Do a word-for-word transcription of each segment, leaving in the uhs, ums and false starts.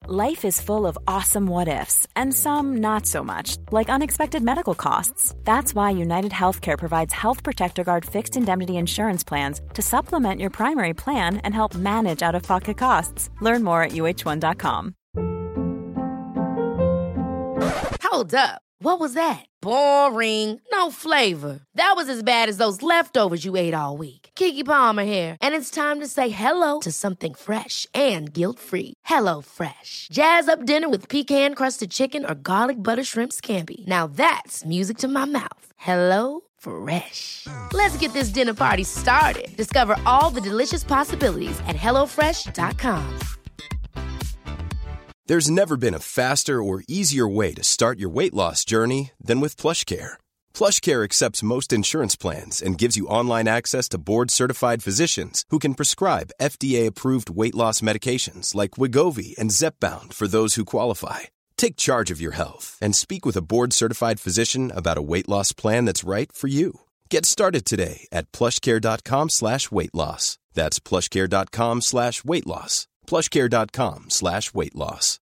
Life is full of awesome what-ifs, and some not so much, like unexpected medical costs. That's why United Healthcare provides Health Protector Guard fixed indemnity insurance plans to supplement your primary plan and help manage out-of-pocket costs. Learn more at U H one dot com. Hold up. What was that? Boring. No flavor. That was as bad as those leftovers you ate all week. Keke Palmer here, and it's time to say hello to something fresh and guilt-free. Hello Fresh. Jazz up dinner with pecan-crusted chicken or garlic butter shrimp scampi. Now that's music to my mouth. Hello Fresh. Let's get this dinner party started. Discover all the delicious possibilities at hello fresh dot com. There's never been a faster or easier way to start your weight loss journey than with PlushCare. PlushCare accepts most insurance plans and gives you online access to board-certified physicians who can prescribe F D A-approved weight loss medications like Wegovy and Zepbound for those who qualify. Take charge of your health and speak with a board-certified physician about a weight loss plan that's right for you. Get started today at plushcare.com slash weight loss. That's plushcare.com slash weight loss. plushcare.com slash weight loss.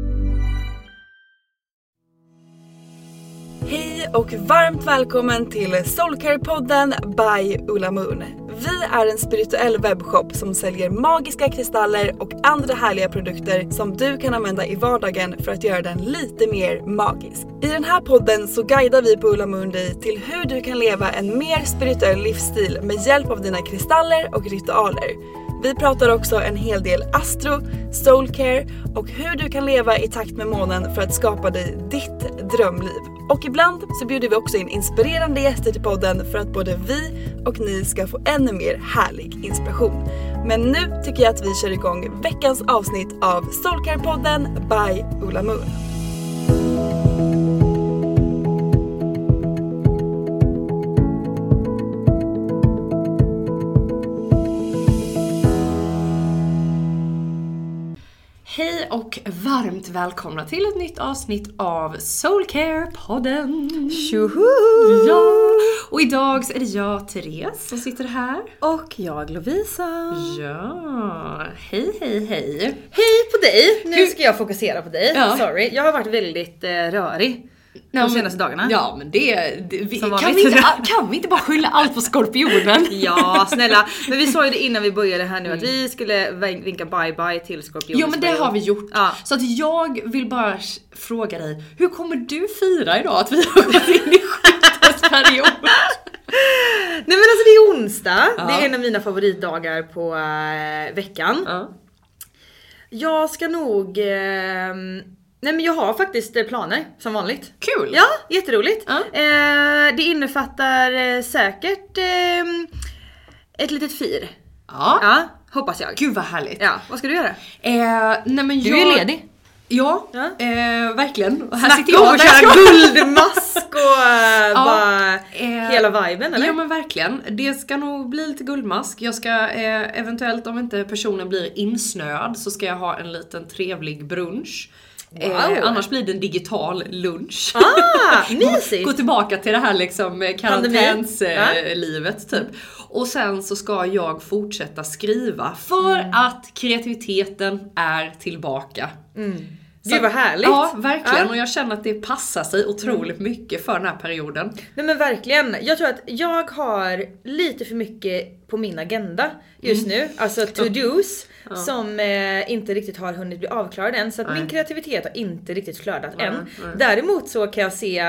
Hej och varmt välkommen till Soulcare-podden by Ulla Moon. Vi är en spirituell webbshop som säljer magiska kristaller och andra härliga produkter som du kan använda i vardagen för att göra den lite mer magisk. I den här podden så guidar vi på Ulla Moon dig till hur du kan leva en mer spirituell livsstil med hjälp av dina kristaller och ritualer. Vi pratar också en hel del astro, soulcare och hur du kan leva i takt med månen för att skapa dig ditt drömliv. Och ibland så bjuder vi också in inspirerande gäster till podden för att både vi och ni ska få ännu mer härlig inspiration. Men nu tycker jag att vi kör igång veckans avsnitt av Soulcare-podden by Ulla Moon. Hej och varmt välkomna till ett nytt avsnitt av Soulcare-podden. Tjoho! Ja! Och idag så är det jag, Therese, som sitter här. Och jag, Lovisa. Ja, hej, hej, hej. Hej på dig! Nu Hur... ska jag fokusera på dig. Ja. Sorry, jag har varit väldigt eh, rörig de ja, senaste dagarna. Ja, men det... det vi, kan, vi inte, kan vi inte bara skylla allt på skorpionen? Ja, snälla. Men vi sa ju det innan vi började här nu mm. att vi skulle vinka bye-bye till skorpionen. Ja, men det har vi gjort. Ja. Så att jag vill bara fråga dig, hur kommer du fira idag att vi har gått in i sjukdomsperiod? Nej, men alltså det är onsdag. Ja. Det är en av mina favoritdagar på äh, veckan. Ja. Jag ska nog... Äh, Nej, men jag har faktiskt planer som vanligt. Kul! Ja, jätteroligt. Ja. Eh, det innefattar eh, säkert eh, ett litet fir. Ja. Ja, hoppas jag. Gud vad härligt. Ja, vad ska du göra? Eh, nej men du jag... är ledig. Ja, ja. Eh, verkligen. Och här Snacka sitter jag och köra guldmask och äh, ja, bara eh, hela viben, eller? Ja, men verkligen. Det ska nog bli lite guldmask. Jag ska eh, eventuellt, om inte personen blir insnöad, så ska jag ha en liten trevlig brunch. Wow. Eh, annars blir det en digital lunch. Ah, mysigt. Gå tillbaka till det här liksom karantänslivet ja. typ. Och sen så ska jag fortsätta skriva för mm. att kreativiteten är tillbaka. Mm. Det var härligt. Ja, verkligen. Ja. Och jag känner att det passar sig otroligt mm. mycket för den här perioden. Nej, men verkligen. Jag tror att jag har lite för mycket på min agenda just mm. nu. Alltså to-dos. Ja. Som eh, inte riktigt har hunnit bli avklarad än. Så att min kreativitet har inte riktigt flödat mm. än. Mm. Däremot så kan jag se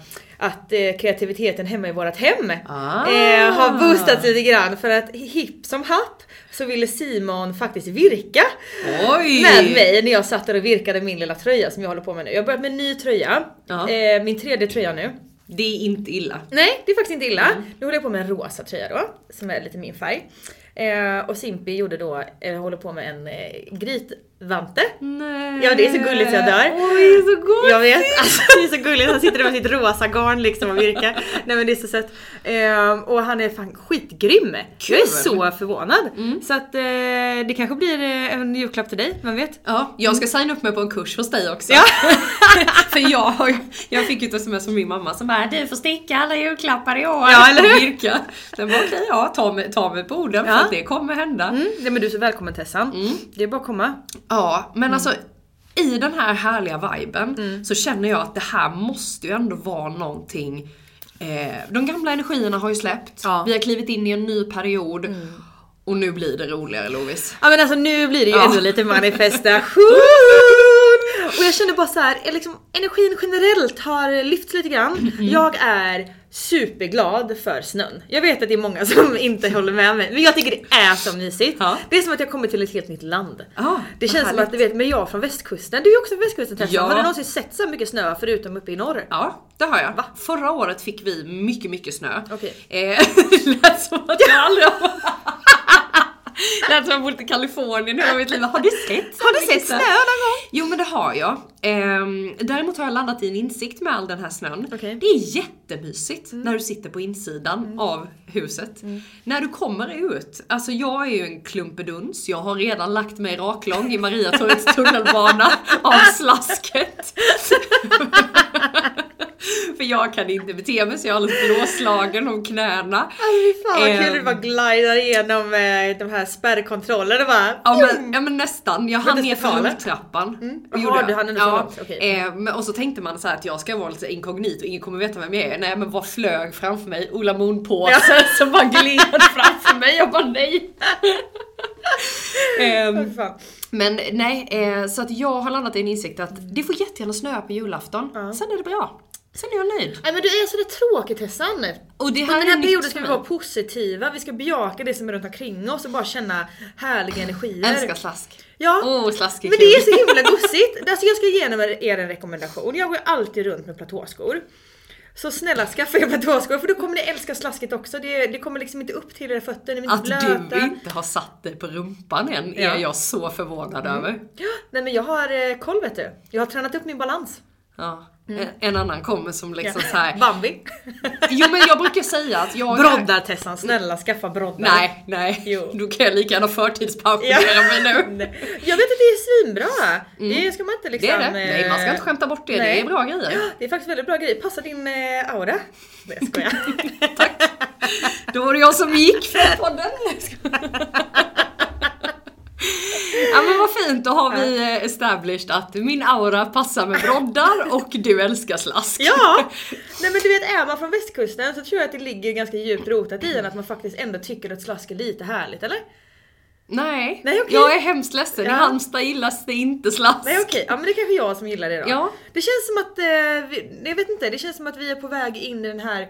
att eh, kreativiteten hemma i vårat hem ah. eh, har boostat lite grann. För att hipp som happ så ville Simon faktiskt virka Oj. med mig när jag satt där och virkade min lilla tröja som jag håller på med nu. Jag har börjat med en ny tröja. Ja. Eh, min tredje tröja nu. Det är inte illa. Nej, det är faktiskt inte illa. Mm. Nu håller jag på med en rosa tröja då, som är lite min färg. Eh, och Simpi gjorde då, eller håller på med en eh, grytvante. Nej. Ja, det är så gulligt så jag dör. Oj, så gulligt. Jag vet, alltså, det är så gulligt. Han sitter där med sitt rosa garn liksom och virkar. Nej, men det är så sött. Eh, och han är fan skitgrym. Kul. Jag är så förvånad. Mm. Så att eh, det kanske blir en julklapp till dig, vem vet? Ja, jag ska signa upp mig på en kurs hos dig också. Ja. För jag, har, jag fick ett sms från min mamma som bara, du får sticka alla julklappar i år. Ja, eller hur? Virka. Den var okej, ja, ta mig, ta mig på orden, ja. För att det kommer hända. Mm. Nej, men du är så välkommen, Tessan. Mm. Det är bara att komma. Ja, men mm. alltså i den här härliga viben Mm. så känner jag att det här måste ju ändå vara någonting. Eh, de gamla energierna har ju släppt. Ja. Vi har klivit in i en ny period. Mm. Och nu blir det roligare, Lovis. Ja men alltså nu blir det ju Ja. ändå lite manifestation. Och jag känner bara så här, liksom, energin generellt har lyfts lite grann. Mm. Jag är superglad för snön. Jag vet att det är många som inte håller med mig, men jag tycker det är så mysigt. Ja. Det är som att jag kommer till ett helt nytt land. Ja, det känns som härligt. att du vet, men jag från västkusten, du är ju också från västkusten Tessa. Ja. Har du någonsin sett så mycket snö förutom uppe i norr? Ja, det har jag. Va? Förra året fick vi mycket, mycket snö. Okej. Eh, det lät som att jag aldrig har... Det lät som att jag bott i Kalifornien hela mitt liv. Har du sett Har du sett snö någon gång? Jo men det har jag. Ehm, däremot har jag landat i en insikt med all den här snön. Okay. Det är jättemysigt mm. när du sitter på insidan mm. av huset. Mm. När du kommer ut. Alltså jag är ju en klumpeduns. Jag har redan lagt mig raklång i Mariatorgets tunnelbana av slasket. För jag kan inte bete mig så jag har lite blåslagen om knäna. Alltså fan vad Ehm. kul, du bara glidar igenom eh, de här spärrkontrollerna bara. Ja men, ja men nästan, jag hann ner för rulltrappan. Mm. Jaha, du hann ändå så långt. Okay. Eh, men, och så tänkte man så här att jag ska vara lite inkognito, ingen kommer veta vem jag är. Nej men vad flög framför mig? Ola Moon-påse ja. Som bara gled framför mig. Jag bara nej. eh, oh, men nej, eh, så att jag har landat i en insikt att det får jättegärna snöa på julafton. Ja. Sen är det bra. Sen är jag nöjd. Nej men du är så det tråkigt Tessan. Och det här den här perioden ska vi vi vara positiva. Vi ska bejaka det som är runt omkring oss och bara känna härliga energier. Älskar slask. Ja, oh, slask är men kul. det är så himla gossigt. Alltså jag ska ge er en rekommendation. Jag går alltid runt med platåskor. Så snälla skaffa er platåskor för då kommer ni älska slasket också. Det, det kommer liksom inte upp till era fötter. Ni är inte att blöta. du inte har satt dig på rumpan än ja. är jag så förvånad mm. över. Nej men jag har eh, koll vet du. Jag har tränat upp min balans. Ja. Mm. En annan kommer som liksom ja. så här. Bambi. Jo men jag brukar säga att jag broddar Tessan, snälla skaffa broddar. Nej, nej. Jo. Då kan jag lika gärna förtidspensionera ja. mig nu. Nej. Jag vet att det är svinbra. Mm. Det ska man inte liksom. Det är det. Nej, man ska inte skämta bort det. Nej. Det är bra grejer. Det är faktiskt väldigt bra grejer. Passar din eh, aura. Det ska jag. Tack. Då var det jag som gick för podden. Ja men vad fint, då har vi established att min aura passar med broddar och du älskar slask. Ja, nej men du vet, är man från västkusten så tror jag att det ligger ganska djupt rotat i en att man faktiskt ändå tycker att slask är lite härligt, eller? Nej, nej okay. Jag är hemskt ledsen, ja. I Halmstad gillas det inte slask. Nej okej, okay. Ja men det är kanske jag som gillar det då. Ja. Det känns som att, eh, vi, jag vet inte, det känns som att vi är på väg in i den här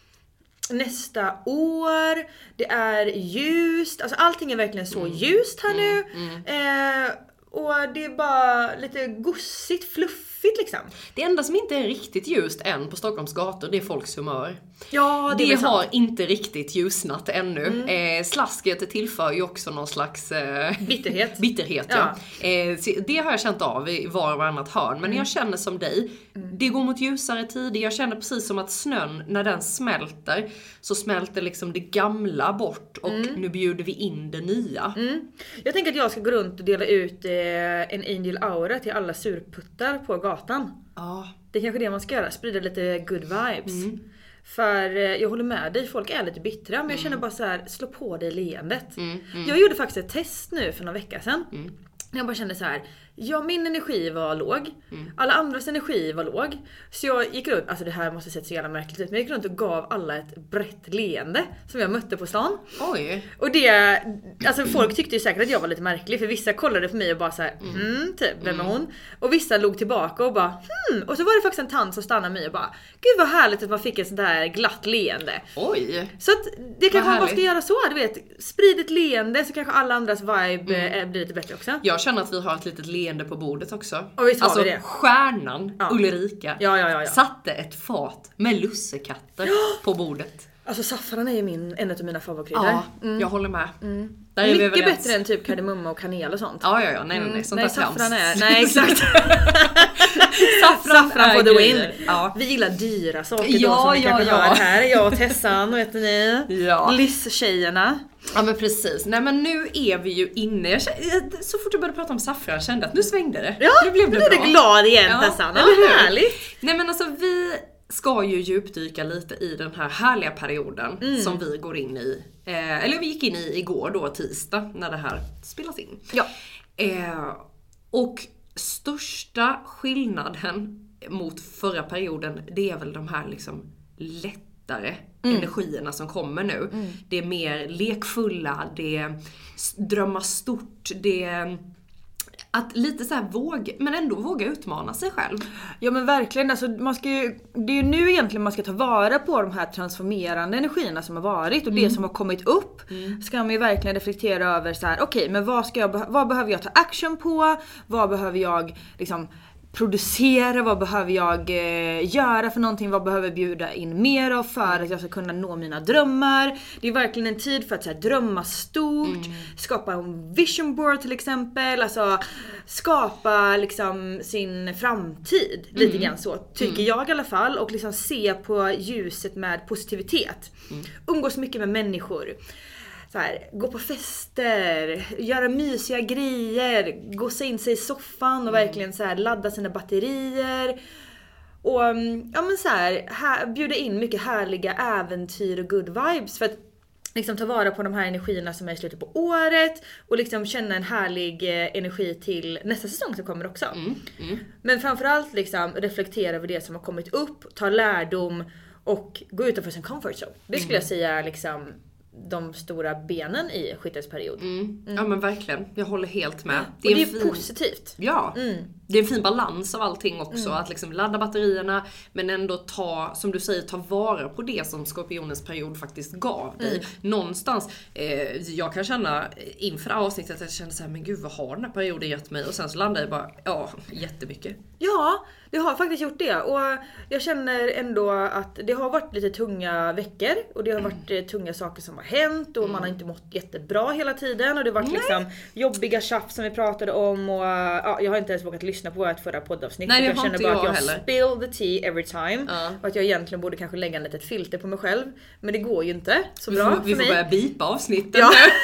nästa år, det är ljust, alltså allting är verkligen så mm. ljust här nu mm. Mm. Eh, och det är bara lite gossigt, fluffigt liksom. Det enda som inte är riktigt ljust än på Stockholms gator, det är folks humör. Ja, det, det har sant. Inte riktigt ljusnat ännu. Mm. Eh, slasket tillför ju också någon slags eh, bitterhet. bitterhet ja. Ja. Eh, det har jag känt av i var och varannat hörn. Men mm. jag känner som dig, mm. det går mot ljusare tider. Jag känner precis som att snön, när den smälter, så smälter liksom det gamla bort och mm. nu bjuder vi in det nya. Mm. Jag tänker att jag ska gå runt och dela ut eh, en Angel Aura till alla surputtar på gatan. Ja. Det är kanske det man ska göra, sprida lite good vibes. Mm. För jag håller med dig, folk är lite bittra. Men jag känner bara så här, slå på dig leendet. Mm, mm. Jag gjorde faktiskt ett test nu för några veckor sedan. Mm. Jag bara kände så här, ja min energi var låg. Mm. Alla andras energi var låg. Så jag gick runt, alltså det här måste sett så jävla märkligt ut. Men jag gick runt och gav alla ett brett leende som jag mötte på stan. Oj. Och det, alltså folk tyckte ju säkert att jag var lite märklig. För vissa kollade på mig och bara så här, mm, mm typ, vem är hon? Och vissa låg tillbaka och bara, hmm. Och så var det faktiskt en tant som stannade mig och bara, gud vad härligt att man fick ett sånt där glatt leende. Oj. Så att det kanske man måste göra så, du vet. Sprid ett leende så kanske alla andras vibe mm. blir lite bättre också. Jag känner att vi har ett litet leende på bordet också. Och visst har alltså vi det. Stjärnan ja. Ulrika ja, ja, ja, ja. satte ett fat med lussekatter på bordet. Alltså saffran är ju min, en av mina favoritkryddor. Ja, mm. jag håller med. Mm. Där är mycket bättre än typ kardemumma och kanel och sånt. Ja, ja, ja. Nej, nej, nej. Sånt nej, där saffran är... Nej, exakt. saffran, saffran for the win. Ja. Vi gillar dyra saker ja, då som ni ja, kanske ja. hör här. Jag och Tessan, vet ni. Ja. Liss-tjejerna. Ja, men precis. Nej, men nu är vi ju inne. Jag kände, så fort jag började prata om saffran kände att nu svängde det. Ja, nu blev det nu är bra. du glad igen, ja. Tessan. Ja, vad härligt. Nej, men alltså vi ska ju djupdyka lite i den här härliga perioden mm. som vi går in i. Eh, eller vi gick in i igår då, tisdag, när det här spelas in. Ja. Eh, och största skillnaden mot förra perioden, det är väl de här liksom lättare mm. energierna som kommer nu. Mm. Det är mer lekfulla, det är drömma stort, det är att lite så här våga, men ändå våga utmana sig själv. Ja men verkligen, alltså man ska ju, det är ju nu egentligen man ska ta vara på de här transformerande energierna som har varit och mm. det som har kommit upp. Mm. Ska man ju verkligen reflektera över så här: okej, okay, men vad ska jag, vad behöver jag ta action på? Vad behöver jag liksom producera, vad behöver jag eh, göra för någonting, vad behöver jag bjuda in mer av för att jag ska kunna nå mina drömmar. Det är verkligen en tid för att så här, drömma stort, mm. skapa en vision board till exempel, alltså skapa liksom sin framtid mm. lite grann så, tycker mm. jag i alla fall, och liksom se på ljuset med positivitet. Mm. Umgås mycket med människor. Så här, gå på fester, göra mysiga grejer, gossa in sig i soffan och mm. verkligen så här, ladda sina batterier. Och ja, men så här, här, bjuda in mycket härliga äventyr och good vibes för att liksom ta vara på de här energierna som är i slutet på året och liksom känna en härlig eh, energi till nästa säsong som kommer också. Mm. Mm. Men framförallt liksom reflektera över det som har kommit upp, ta lärdom och gå utanför sin comfort zone. Det skulle mm. jag säga liksom de stora benen i skyttets period. Mm. Mm. Ja men verkligen, jag håller helt med. Det är, och det är fin... positivt. Ja, mm. det är en fin balans av allting också. Mm. Att liksom ladda batterierna men ändå ta, som du säger, ta vara på det som skorpionens period faktiskt gav dig. Mm. Någonstans, eh, jag kan känna inför det här avsnittet att jag kände så här: men gud, vad har den här perioden gett mig? Och sen så landade jag bara, ja, jättemycket. Ja, det har faktiskt gjort det. Och jag känner ändå att det har varit lite tunga veckor. Och det har varit mm. tunga saker som har hänt. Och mm. man har inte mått jättebra hela tiden. Och det har varit liksom jobbiga tjafs som vi pratade om. Och ja, jag har inte ens vågat lyssna på vårt förra poddavsnitt. Nej, jag känner bara jag att jag heller. spill the tea every time. Ja. Och att jag egentligen borde kanske lägga ett litet filter på mig själv. Men det går ju inte så vi bra får, för Vi får mig. börja bipa avsnitten ja. nu.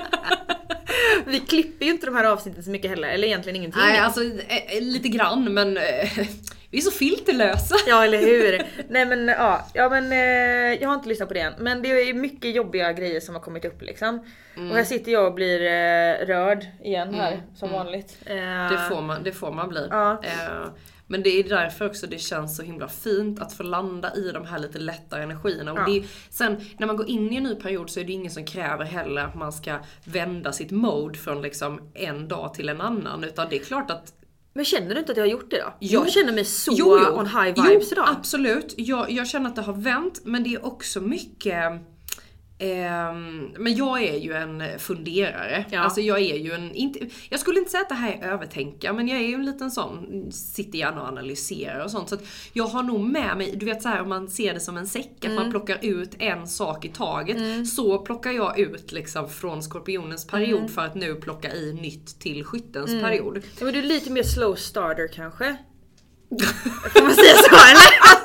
Vi klipper ju inte de här avsnitten så mycket heller. Eller egentligen ingenting. Nej, alltså eh, lite grann, men eh, vi är så filterlösa. Ja, eller hur? Nej men ja, ja men eh, jag har inte lyssnat på det än. Men det är mycket jobbiga grejer som har kommit upp liksom. Mm. Och här sitter jag och blir eh, rörd igen här, mm. som mm. vanligt. Eh, det, får man, det får man bli. Ja. Eh, men det är därför också det känns så himla fint att få landa i de här lite lättare energierna. Och ja. det är, sen när man går in i en ny period så är det ingen som kräver heller att man ska vända sitt mode från liksom en dag till en annan. Utan det är klart att... Men känner du inte att jag har gjort det då? Jo. Jag känner mig så jo, jo. on high vibes jo, idag. Absolut. Jag, jag känner att det har vänt. Men det är också mycket... Eh, men jag är ju en funderare. Ja. Alltså jag är ju en... Inte, jag skulle inte säga att det här är övertänka. Men jag är ju en liten sån... Sitter gärna och analyserar och sånt. Så att jag har nog med mig... Du vet så här, om man ser det som en säck. Mm. Att man plockar ut en sak i taget. Mm. Så plockar jag ut liksom från skorpionens period. Mm. För att nu plocka i nytt till skyttens mm. period. Ja, men du är lite mer slow starter kanske. Får man säga så eller?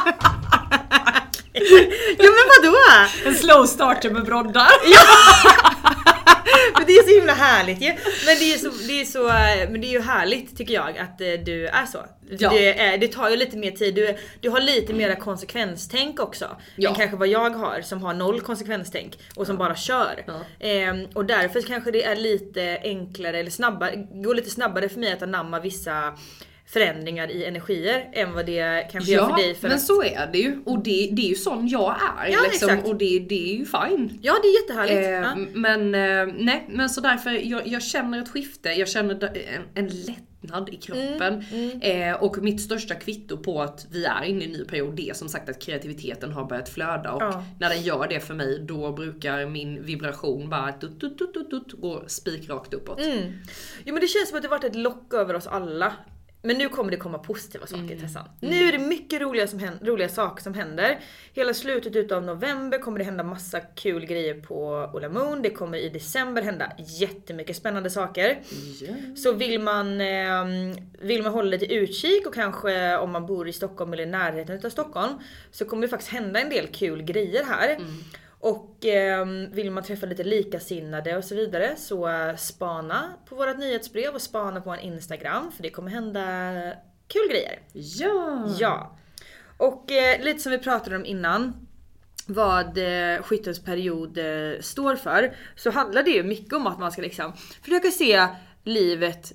Jo men vadå? En slow starter med broddar. Ja. Men det är så himla härligt ju. Men det är så, det är så, men det är ju härligt tycker jag att du är så. Ja. Det, är, det tar ju lite mer tid. Du, du har lite mera konsekvenstänk också. Ja. Än kanske vad jag har som har noll konsekvenstänk och som ja. bara kör. Ja. Ehm, och därför kanske det är lite enklare eller snabbare, går lite snabbare för mig att anamma vissa förändringar i energier än vad det kanske ja, gör för dig. För men att... så är det ju. Och det, det är ju sån jag är. Ja, liksom, exakt. Och det, det är ju fine. Ja, det är jättehärligt. Eh, ja. Men eh, nej, men så därför jag, jag känner ett skifte. Jag känner en, en lättnad i kroppen. Mm, mm. Eh, och mitt största kvitto på att vi är inne i en ny period, det är som sagt att kreativiteten har börjat flöda. Och ja. när den gör det för mig, då brukar min vibration bara tut, tut, tut, tut, tut, gå spikrakt uppåt. Mm. Jo, men det känns som att det har varit ett lock över oss alla. Men nu kommer det komma positiva saker mm. Tessan. Mm. Nu är det mycket roliga, som händer, roliga saker som händer. Hela slutet utav november kommer det hända massa kul grejer på Ola Moon. Det kommer i december hända jättemycket spännande saker. Yeah. Så vill man, eh, vill man hålla lite utkik och kanske om man bor i Stockholm eller i närheten utav Stockholm, så kommer det faktiskt hända en del kul grejer här. Mm. Och eh, vill man träffa lite likasinnade och så vidare, så eh, spana på vårat nyhetsbrev och spana på en Instagram, för det kommer hända kul grejer. Ja! Ja. Och eh, lite som vi pratade om innan, vad eh, skyttens period eh, står för, så handlar det ju mycket om att man ska liksom försöka se livet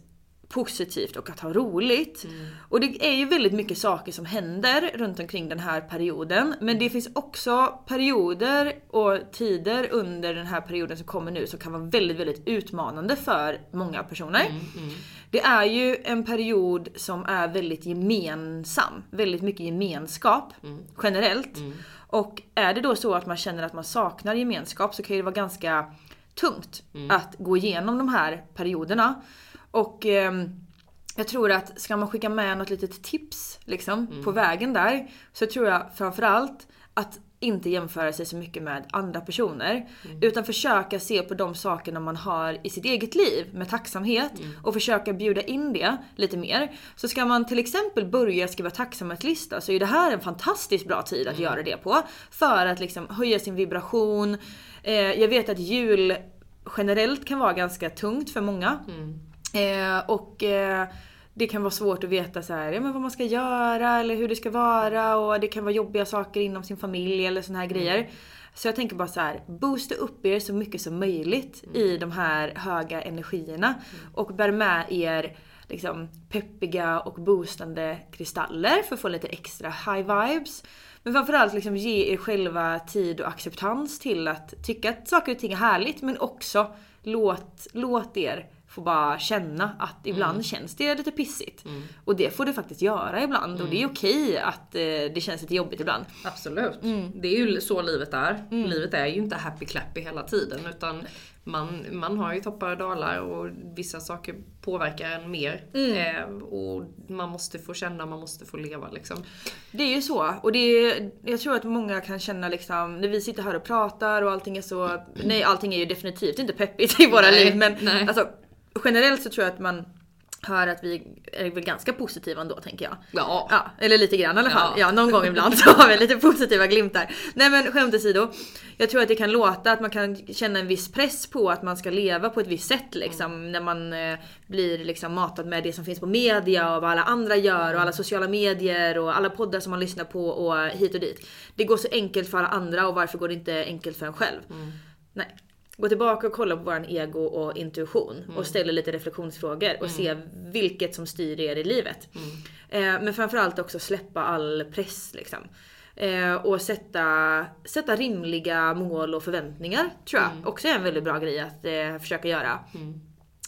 positivt och att ha roligt. Mm. Och det är ju väldigt mycket saker som händer runt omkring den här perioden. Men det finns också perioder och tider under den här perioden som kommer nu som kan vara väldigt, väldigt utmanande för många personer. Mm, mm. Det är ju en period som är väldigt gemensam. Väldigt mycket gemenskap mm. generellt. Mm. Och är det då så att man känner att man saknar gemenskap så kan det vara ganska tungt mm. att gå igenom de här perioderna. Och eh, jag tror att ska man skicka med något litet tips liksom, mm. på vägen där, så tror jag framförallt att inte jämföra sig så mycket med andra personer. Mm. Utan försöka se på de sakerna man har i sitt eget liv med tacksamhet. Mm. Och försöka bjuda in det lite mer. Så ska man till exempel börja skriva tacksamhetslista, så är det här en fantastiskt bra tid att mm. göra det på. För att liksom höja sin vibration. Eh, jag vet att jul generellt kan vara ganska tungt för många. Mm. Eh, och eh, det kan vara svårt att veta så här, ja, men vad man ska göra eller hur det ska vara, och det kan vara jobbiga saker inom sin familj eller såna här mm. grejer. Så jag tänker bara så här, boosta upp er så mycket som möjligt mm. i de här höga energierna mm. och bär med er liksom peppiga och boostande kristaller för att få lite extra high vibes. Men framförallt liksom ge er själva tid och acceptans till att tycka att saker och ting är härligt, men också låt, låt er få bara känna att ibland mm. känns det lite pissigt. Mm. Och det får du faktiskt göra ibland. Mm. Och det är okej att eh, det känns lite jobbigt ibland. Absolut. Mm. Det är ju så livet är. Mm. Livet är ju inte happy clappy hela tiden. Utan man, man har ju toppar och dalar. Och vissa saker påverkar en mer. Mm. Eh, och man måste få känna, man måste få leva liksom. Det är ju så. Och det är, jag tror att många kan känna liksom, när vi sitter här och pratar och allting är så... Nej, allting är ju definitivt inte peppigt i våra nej, liv. Men nej. Alltså... Generellt så tror jag att man hör att vi är väl ganska positiva ändå, tänker jag. Ja. Ja, eller lite grann i alla fall. Ja, ja någon gång ibland så har vi lite positiva glimtar. Nej, men skämt åsido. Jag tror att det kan låta att man kan känna en viss press på att man ska leva på ett visst sätt liksom. Mm. När man eh, blir liksom matad med det som finns på media och vad alla andra gör och alla sociala medier och alla poddar som man lyssnar på och hit och dit. Det går så enkelt för alla andra, och varför går det inte enkelt för en själv? Mm. Nej. Gå tillbaka och kolla på våran ego och intuition mm. och ställa lite reflektionsfrågor och mm. se vilket som styr er i livet. Mm. Eh, men framförallt också släppa all press liksom. Eh, och sätta, sätta rimliga mål och förväntningar, tror jag. Mm. Också är en väldigt bra grej att eh, försöka göra. Mm.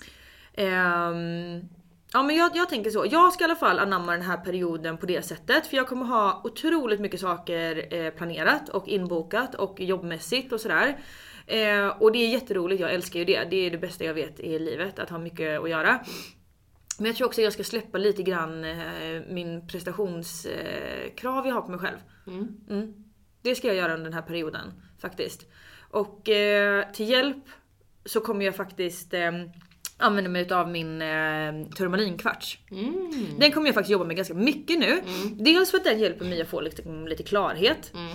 Eh, ja, men jag, jag tänker så. Jag ska i alla fall anamma den här perioden på det sättet. För jag kommer ha otroligt mycket saker eh, planerat och inbokat och jobbmässigt och sådär. Eh, och det är jätteroligt, jag älskar ju det. Det är det bästa jag vet i livet, att ha mycket att göra. Men jag tror också att jag ska släppa lite grann eh, min prestationskrav eh, jag har på mig själv. Mm. Mm. Det ska jag göra under den här perioden faktiskt. Och eh, till hjälp så kommer jag faktiskt eh, använda mig av min eh, turmalinkvarts. Mm. Den kommer jag faktiskt jobba med ganska mycket nu. Mm. Dels för att den hjälper mig att få lite, lite klarhet. Mm.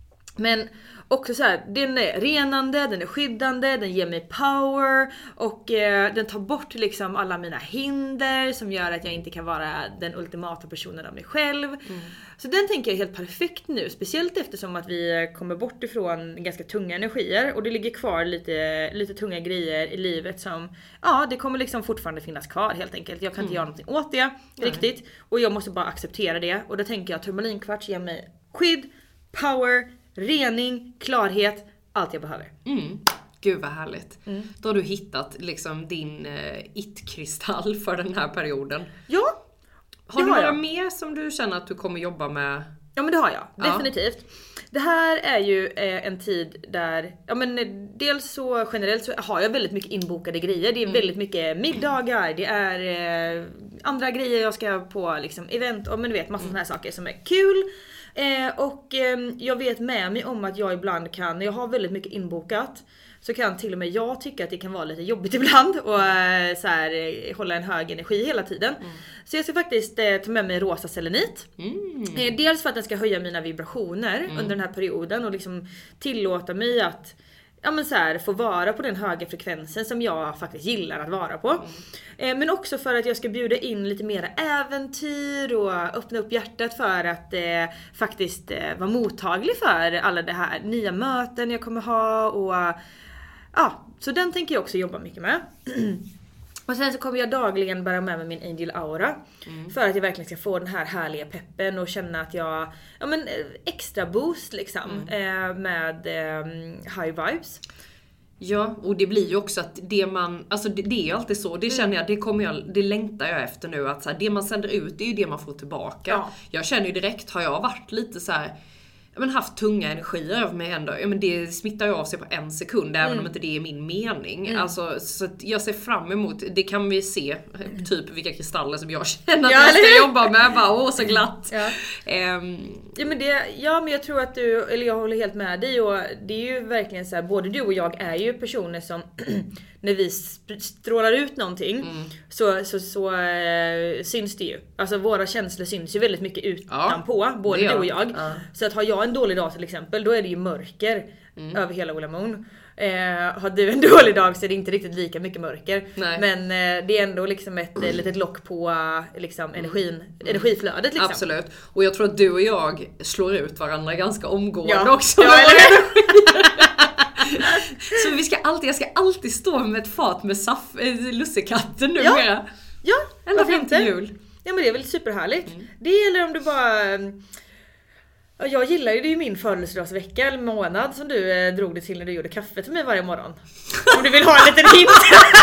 Men också så här, den är renande, den är skyddande, den ger mig power och eh, den tar bort liksom alla mina hinder som gör att jag inte kan vara den ultimata personen av mig själv. Mm. Så den tänker jag är helt perfekt nu, speciellt eftersom att vi kommer bort ifrån ganska tunga energier och det ligger kvar lite, lite tunga grejer i livet som, ja, det kommer liksom fortfarande finnas kvar helt enkelt. Jag kan inte mm. göra någonting åt det Nej. riktigt och jag måste bara acceptera det, och då tänker jag att turmalinkvarts ger mig skydd, power, rening, klarhet, allt jag behöver. Mm. Gud vad härligt. Mm. Då har du hittat liksom din uh, it-kristall för den här perioden. Ja. Har du några mer som du känner att du kommer jobba med? Ja, men det har jag. Definitivt. Ja. Det här är ju eh, en tid där, ja men dels så generellt så har jag väldigt mycket inbokade grejer. Det är mm. väldigt mycket middagar, det är eh, andra grejer jag ska på liksom event och men du vet massa mm. såna här saker som är kul. Eh, och eh, jag vet med mig om att jag ibland kan, när jag har väldigt mycket inbokat, så kan till och med jag tycka att det kan vara lite jobbigt ibland och eh, så här, eh, hålla en hög energi hela tiden. Mm. Så jag ska faktiskt eh, ta med mig rosa selenit. Mm. Eh, dels för att den ska höja mina vibrationer mm. under den här perioden och liksom tillåta mig att ja, men så här, få vara på den höga frekvensen som jag faktiskt gillar att vara på. Mm. Eh, men också för att jag ska bjuda in lite mera äventyr och öppna upp hjärtat för att eh, faktiskt eh, vara mottaglig för alla det här nya möten jag kommer ha. Och ja, så den tänker jag också jobba mycket med. Och sen så kommer jag dagligen bära med mig min Angel Aura. Mm. För att jag verkligen ska få den här härliga peppen och känna att jag, ja men extra boost liksom. Mm. Eh, med eh, high vibes. Ja, och det blir ju också att det man, alltså det, det är ju alltid så, det känner jag, det kommer jag, det längtar jag efter nu, att så här, det man sänder ut, det är ju det man får tillbaka. Ja. Jag känner ju direkt, har jag varit lite så här, men haft tunga energier över mig ändå, ja, men det smittar ju av sig på en sekund, även mm. om inte det är min mening. Mm. Alltså, så att jag ser fram emot, det kan vi se, typ vilka kristaller som jag känner att ja, jag ska jobba med, bara åh så glatt. Ja. Um, ja, men det, ja men jag tror att du, eller jag håller helt med dig, och det är ju verkligen så här, både du och jag är ju personer som när vi strålar ut någonting mm. så, så, så äh, syns det ju. Alltså våra känslor syns ju väldigt mycket utanpå, ja, både du och jag. Ja. Så att har jag en dålig dag till exempel, då är det ju mörker mm. över hela Ola Moon. Eh, har du en dålig dag så är det inte riktigt lika mycket mörker. Nej. Men eh, det är ändå liksom ett mm. litet lock på liksom, energin, mm. energiflödet liksom. Absolut. Och jag tror att du och jag slår ut varandra ganska omgående ja. också. Ja, så vi ska alltid, jag ska alltid stå med ett fat med saff, äh, lussekatten nu. Ja, ja eller fram till jul. Ja, men det är väl superhärligt. Mm. Det gäller om du bara... Jag gillar ju, det är ju min födelsedagsvecka eller månad som du eh, drog det till när du gjorde kaffe till mig varje morgon. Om du vill ha en liten hint.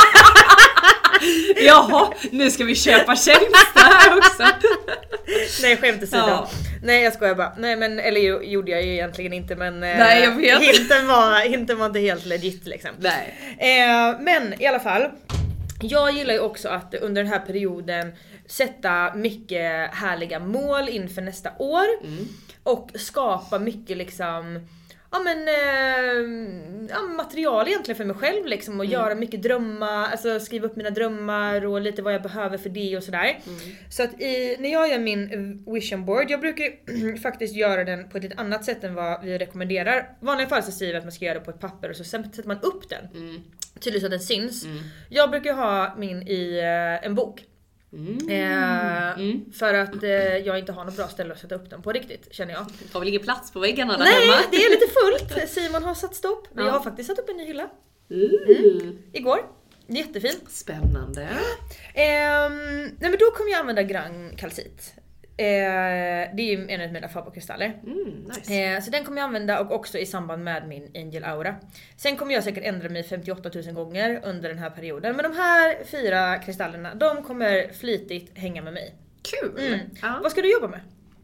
Jaha, nu ska vi köpa tjänster här också. Nej, skämt åsido. Ja. Nej, jag skojar bara. Nej, men, eller gjorde jag ju egentligen inte, men Nej, jag vet. hinten, var, hinten var inte helt legit liksom. Nej. Eh, men i alla fall, jag gillar ju också att under den här perioden sätta mycket härliga mål inför nästa år. Mm. Och skapa mycket liksom, ja men eh, ja, material egentligen för mig själv liksom, och mm. göra mycket drömmar, alltså skriva upp mina drömmar och lite vad jag behöver för det och sådär. Mm. Så att i, när jag gör min vision board, jag brukar faktiskt göra den på ett lite annat sätt än vad vi rekommenderar. I vanliga fall så skriver jag att man ska göra det på ett papper och så sen sätter man upp den. Mm. Tydligt så att den syns. Mm. Jag brukar ha min i eh, en bok. Mm. Eh, mm. För att eh, jag inte har något bra ställe att sätta upp den på riktigt, känner jag. Har väl ingen plats på väggarna där Nej, hemma? Det är lite fullt. Simon har satt stopp. Men ja. Jag har faktiskt satt upp en ny hylla mm. Igår. Jättefint. Spännande. eh, Nej, men då kommer jag använda grön kalcit. Eh, det är ju en av mina favoritkristaller. Mm, nice. eh, Så den kommer jag använda, och också i samband med min Angel Aura. Sen kommer jag säkert ändra mig femtioåtta tusen gånger under den här perioden. Men de här fyra kristallerna, de kommer flitigt hänga med mig. Kul! Mm. Ja. Vad ska du jobba med?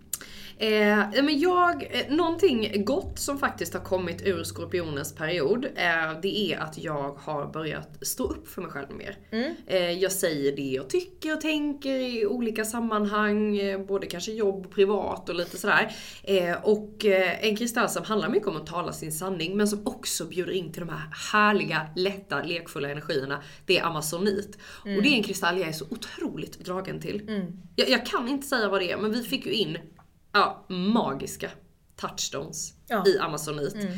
Eh, men jag, eh, någonting gott som faktiskt har kommit ur Skorpionens period, eh, det är att jag har börjat stå upp för mig själv mer. Mm. Eh, jag säger det jag tycker och tänker i olika sammanhang, eh, både kanske jobb, privat och lite sådär. Eh, och eh, en kristall som handlar mycket om att tala sin sanning, men som också bjuder in till de här härliga, lätta, lekfulla energierna, det är amazonit. Mm. Och det är en kristall jag är så otroligt dragen till. Mm. Jag, jag kan inte säga vad det är, men vi fick ju in Ja, magiska touchstones ja. I amazonit. Mm.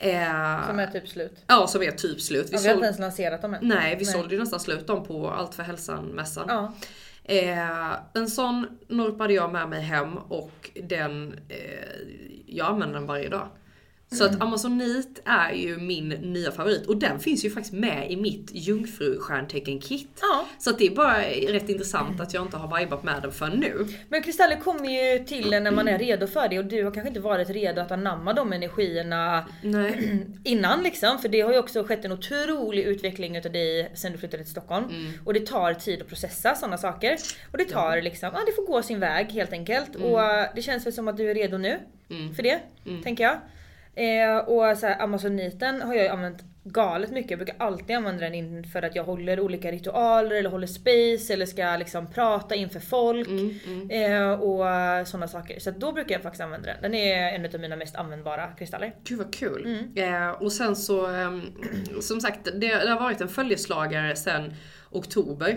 Eh, som är typ slut. Ja, som är typ slut. Vi, ja, vi har inte ens lanserat dem än. Nej, vi Nej. sålde ju nästan slut dem på Allt för hälsan-mässan. Ja. Eh, en sån norpade jag med mig hem, och den eh, jag använder den varje dag. Så mm. att amazonit är ju min nya favorit. Och den finns ju faktiskt med i mitt jungfru-stjärntecken-kit. Ja. Så att det är bara rätt intressant att jag inte har vibat med den för nu. Men kristaller kommer ju till när man är redo för det. Och du har kanske inte varit redo att anamma de energierna Nej. innan liksom. För det har ju också skett en otrolig utveckling utav dig sen du flyttade till Stockholm. Mm. Och det tar tid att processa sådana saker. Och det tar liksom, ja, det får gå sin väg helt enkelt. Mm. Och det känns väl som att du är redo nu mm. för det, mm. tänker jag. Eh, och så här, amazoniten har jag använt galet mycket. Jag brukar alltid använda den inför att jag håller olika ritualer eller håller space eller ska liksom prata inför folk mm, mm. Eh, och sådana saker. Så då brukar jag faktiskt använda den. Den är en av mina mest användbara kristaller. Gud vad kul. Mm. Eh, och sen så eh, som sagt, det, det har varit en följeslagare sedan oktober.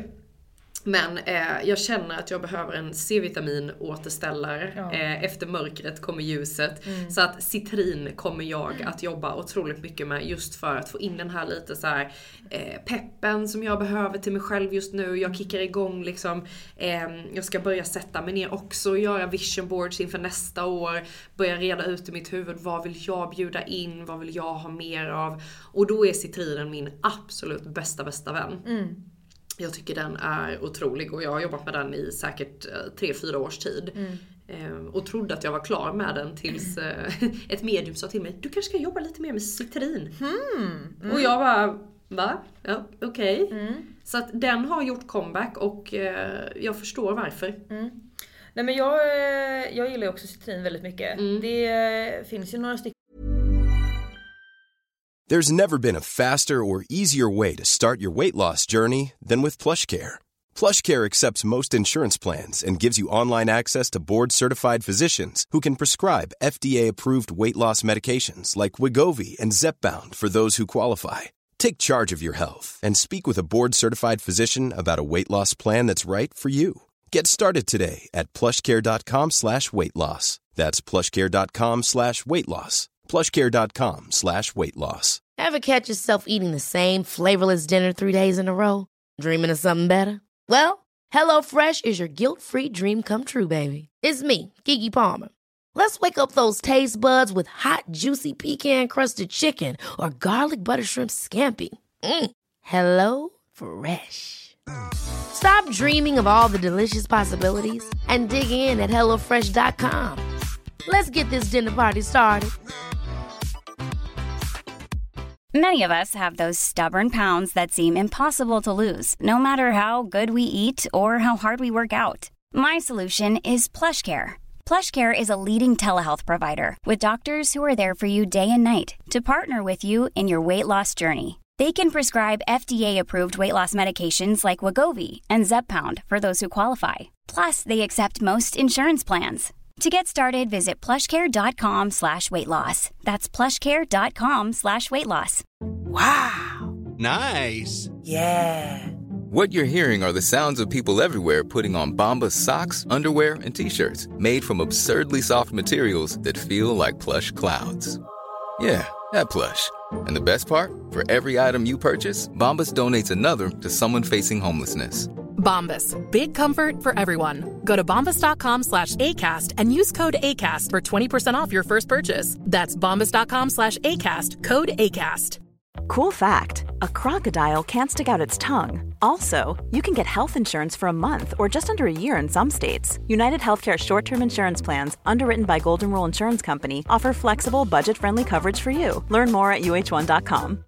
Men eh, jag känner att jag behöver en C-vitamin återställare. Ja. Eh, efter mörkret kommer ljuset. Mm. Så att citrin kommer jag att jobba otroligt mycket med. Just för att få in den här lite så här eh, peppen som jag behöver till mig själv just nu. Jag kickar igång liksom. Eh, jag ska börja sätta mig ner också och göra vision boards inför nästa år. Börja reda ut i mitt huvud. Vad vill jag bjuda in? Vad vill jag ha mer av? Och då är citrinen min absolut bästa, bästa vän. Mm. Jag tycker den är otrolig och jag har jobbat med den i säkert tre fyra års tid. Mm. Och trodde att jag var klar med den tills ett medium sa till mig, du kanske ska jobba lite mer med citrin. Mm. Mm. Och jag var, va? Ja, okej. Okay. Mm. Så att den har gjort comeback och jag förstår varför. Mm. Nej men jag, jag gillar också citrin väldigt mycket. Mm. Det finns ju några stycken. There's never been a faster or easier way to start your weight loss journey than with PlushCare. PlushCare accepts most insurance plans and gives you online access to board-certified physicians who can prescribe F D A-approved weight loss medications like Wegovy and Zepbound for those who qualify. Take charge of your health and speak with a board-certified physician about a weight loss plan that's right for you. Get started today at plushcare.com slash weight loss. That's plushcare.com slash weight loss. plushcare.com slash weight loss. Ever catch yourself eating the same flavorless dinner three days in a row? Dreaming of something better? Well, HelloFresh is your guilt-free dream come true, baby. It's me, Keke Palmer. Let's wake up those taste buds with hot, juicy pecan-crusted chicken or garlic butter shrimp scampi. Mm. Hello Fresh. Stop dreaming of all the delicious possibilities and dig in at hello fresh dot com. Let's get this dinner party started. Many of us have those stubborn pounds that seem impossible to lose, no matter how good we eat or how hard we work out. My solution is PlushCare. PlushCare is a leading telehealth provider with doctors who are there for you day and night to partner with you in your weight loss journey. They can prescribe F D A-approved weight loss medications like Wegovy and Zepbound for those who qualify. Plus, they accept most insurance plans. To get started, visit plushcare.com slash weight loss. That's plushcare.com slash weight loss. Wow. Nice. Yeah. What you're hearing are the sounds of people everywhere putting on Bombas socks, underwear, and T-shirts made from absurdly soft materials that feel like plush clouds. Yeah, that plush. And the best part? For every item you purchase, Bombas donates another to someone facing homelessness. Bombas. Big comfort for everyone. Go to bombas.com slash ACAST and use code ACAST for twenty percent off your first purchase. That's bombas.com slash ACAST. Code ACAST. Cool fact, a crocodile can't stick out its tongue. Also, you can get health insurance for a month or just under a year in some states. United Healthcare short-term insurance plans, underwritten by Golden Rule Insurance Company, offer flexible, budget-friendly coverage for you. Learn more at u h one dot com.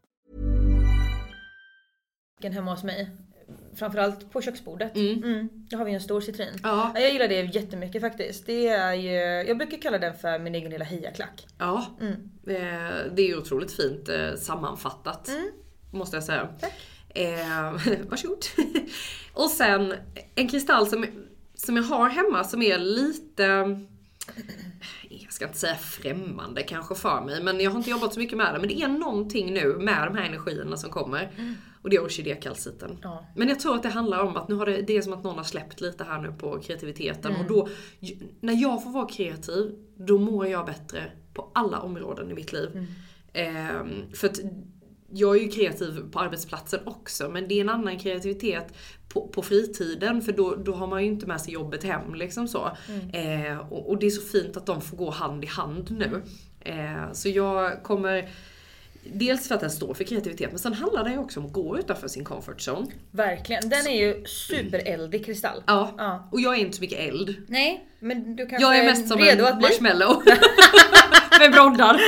Hemma hos mig. Framförallt på köksbordet. Mm. Mm. Där har vi en stor citrin. Ja. Jag gillar det jättemycket faktiskt. Det är ju, jag brukar kalla den för min egen lilla hejaklack. Ja, mm. Det är ju otroligt fint sammanfattat. Mm. Måste jag säga. Tack. Eh, varsågod. Och sen en kristall som, som jag har hemma som är lite... Jag ska inte säga främmande kanske för mig, men jag har inte jobbat så mycket med det. Men det är någonting nu med de här energierna som kommer. Mm. Och det är orkidékalciten. Ja. Men jag tror att det handlar om att nu har det, det är som att någon har släppt lite här nu på kreativiteten. Mm. Och då, när jag får vara kreativ, då mår jag bättre på alla områden i mitt liv. Mm. Eh, för att jag är ju kreativ på arbetsplatsen också, men det är en annan kreativitet på, på fritiden, för då, då har man ju inte med sig jobbet hem liksom så. Mm. Eh, och, och det är så fint att de får gå hand i hand nu. Eh, så jag kommer, dels för att den står för kreativitet, men sen handlar det ju också om att gå utanför sin comfort zone. Verkligen, den är ju supereldig kristall. Ja, ja. Och jag är inte så mycket eld. Nej, men du kanske jag är mest som redo en att bli marshmallow. Med broddar.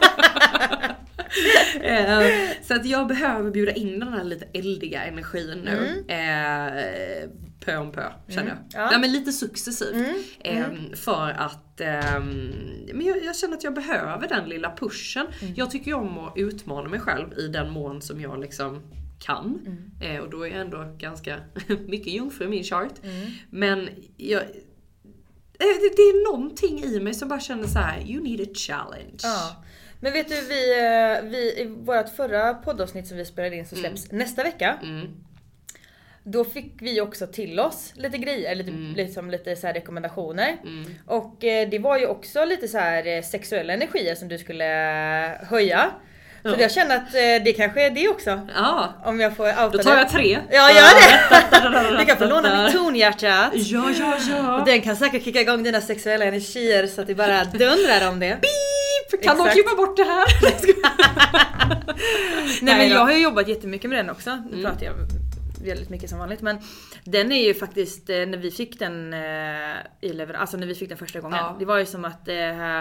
Så att jag behöver bjuda in den här lite eldiga energin nu. Mm. Eh, pö om pö, känner jag. Mm. Ja. Nej, men lite successivt. Mm. Mm. Eh, för att eh, men jag, jag känner att jag behöver den lilla pushen. Mm. Jag tycker om att utmana mig själv i den mån som jag liksom kan. Mm. Eh, och då är jag ändå ganska mycket jungfru i min chart. Mm. Men jag... Det är någonting i mig som bara känner så här: you need a challenge. Ja. Men vet du, vi, vi, i vårt förra poddavsnitt som vi spelade in så släpps mm. nästa vecka. Mm. Då fick vi också till oss lite grejer, lite, mm. liksom lite så här rekommendationer. Mm. Och eh, det var ju också lite så här sexuella energier som du skulle höja. Så ja. Jag känner att eh, det kanske är det också. Ja. Om jag får outa. Då tar jag tre. Ja, gör det. Du kan få låna mitt tonhjärta. Ja, ja, ja. Och den kan säkert kicka igång dina sexuella energier så att det bara dundrar om det. Beep! Kan någon klippa bort det här? Nej, men jag har ju jobbat jättemycket med den också. Nu mm. pratar jag väldigt mycket som vanligt. Men den är ju faktiskt, när vi fick den i lever, alltså när vi fick den första gången. Ja. Det var ju som att det här...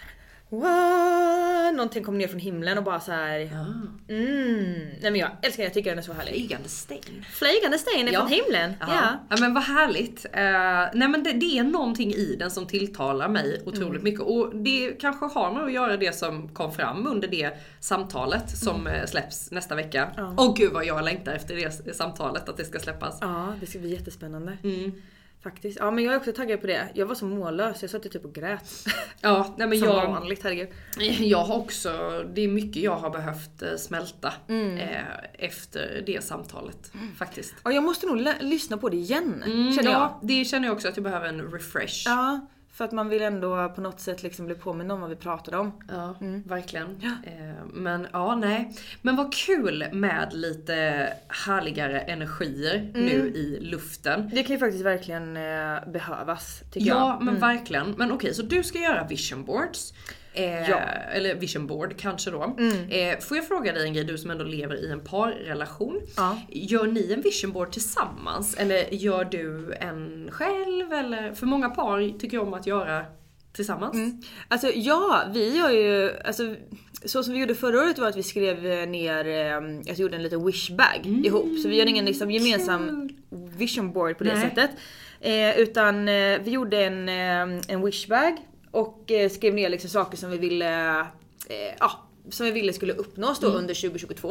Wow, någonting kom ner från himlen och bara så här. Ja. Mm. Nej men jag älskar, jag tycker den är så härlig. Flygande sten. Flygande sten är ja. Från himlen. Ja. Ja. Ja men vad härligt. Uh, nej men det, det är någonting i den som tilltalar mig otroligt mm. mycket. Och det kanske har med att göra det som kom fram under det samtalet som mm. släpps nästa vecka. Åh ja. oh, gud vad jag längtar efter det samtalet, att det ska släppas. Ja, det ska bli jättespännande. Mm. Faktiskt. Ja men jag är också taggad på det. Jag var så mållös, jag satt typ och grät. Ja, nej men som jag vanligt, herregud. Jag har också, det är mycket jag har behövt smälta mm. eh, efter det samtalet mm. faktiskt. Ja, jag måste nog l- lyssna på det igen. Mm, känner jag. Ja, det känner jag också att jag behöver en refresh. Ja. För att man vill ändå på något sätt liksom bli påmind om vad vi pratade om. Ja, mm. verkligen. Ja. Eh, men ja, nej. Men vad kul med lite härligare energier mm. nu i luften. Det kan ju faktiskt verkligen eh, behövas, tycker ja, jag. Ja, men mm. verkligen. Men okej, så du ska göra vision boards. Eh, ja. Eller vision board kanske då. Mm. Eh, får jag fråga dig en grej, du som ändå lever i en parrelation. Ja. Gör ni en vision board tillsammans? Eller gör du en själv? Eller, för många par tycker jag om att göra tillsammans. Mm. Alltså ja, vi gör ju... Alltså, så som vi gjorde förra året var att vi skrev ner... Jag gjorde en liten wishbag mm. ihop. Så vi gör ingen liksom, gemensam vision board på det Nej. sättet. Eh, utan eh, vi gjorde en, eh, en wishbag. Och eh, skrev ner liksom saker som vi ville, eh, ja, som vi ville skulle uppnås då mm. under tjugo tjugotvå.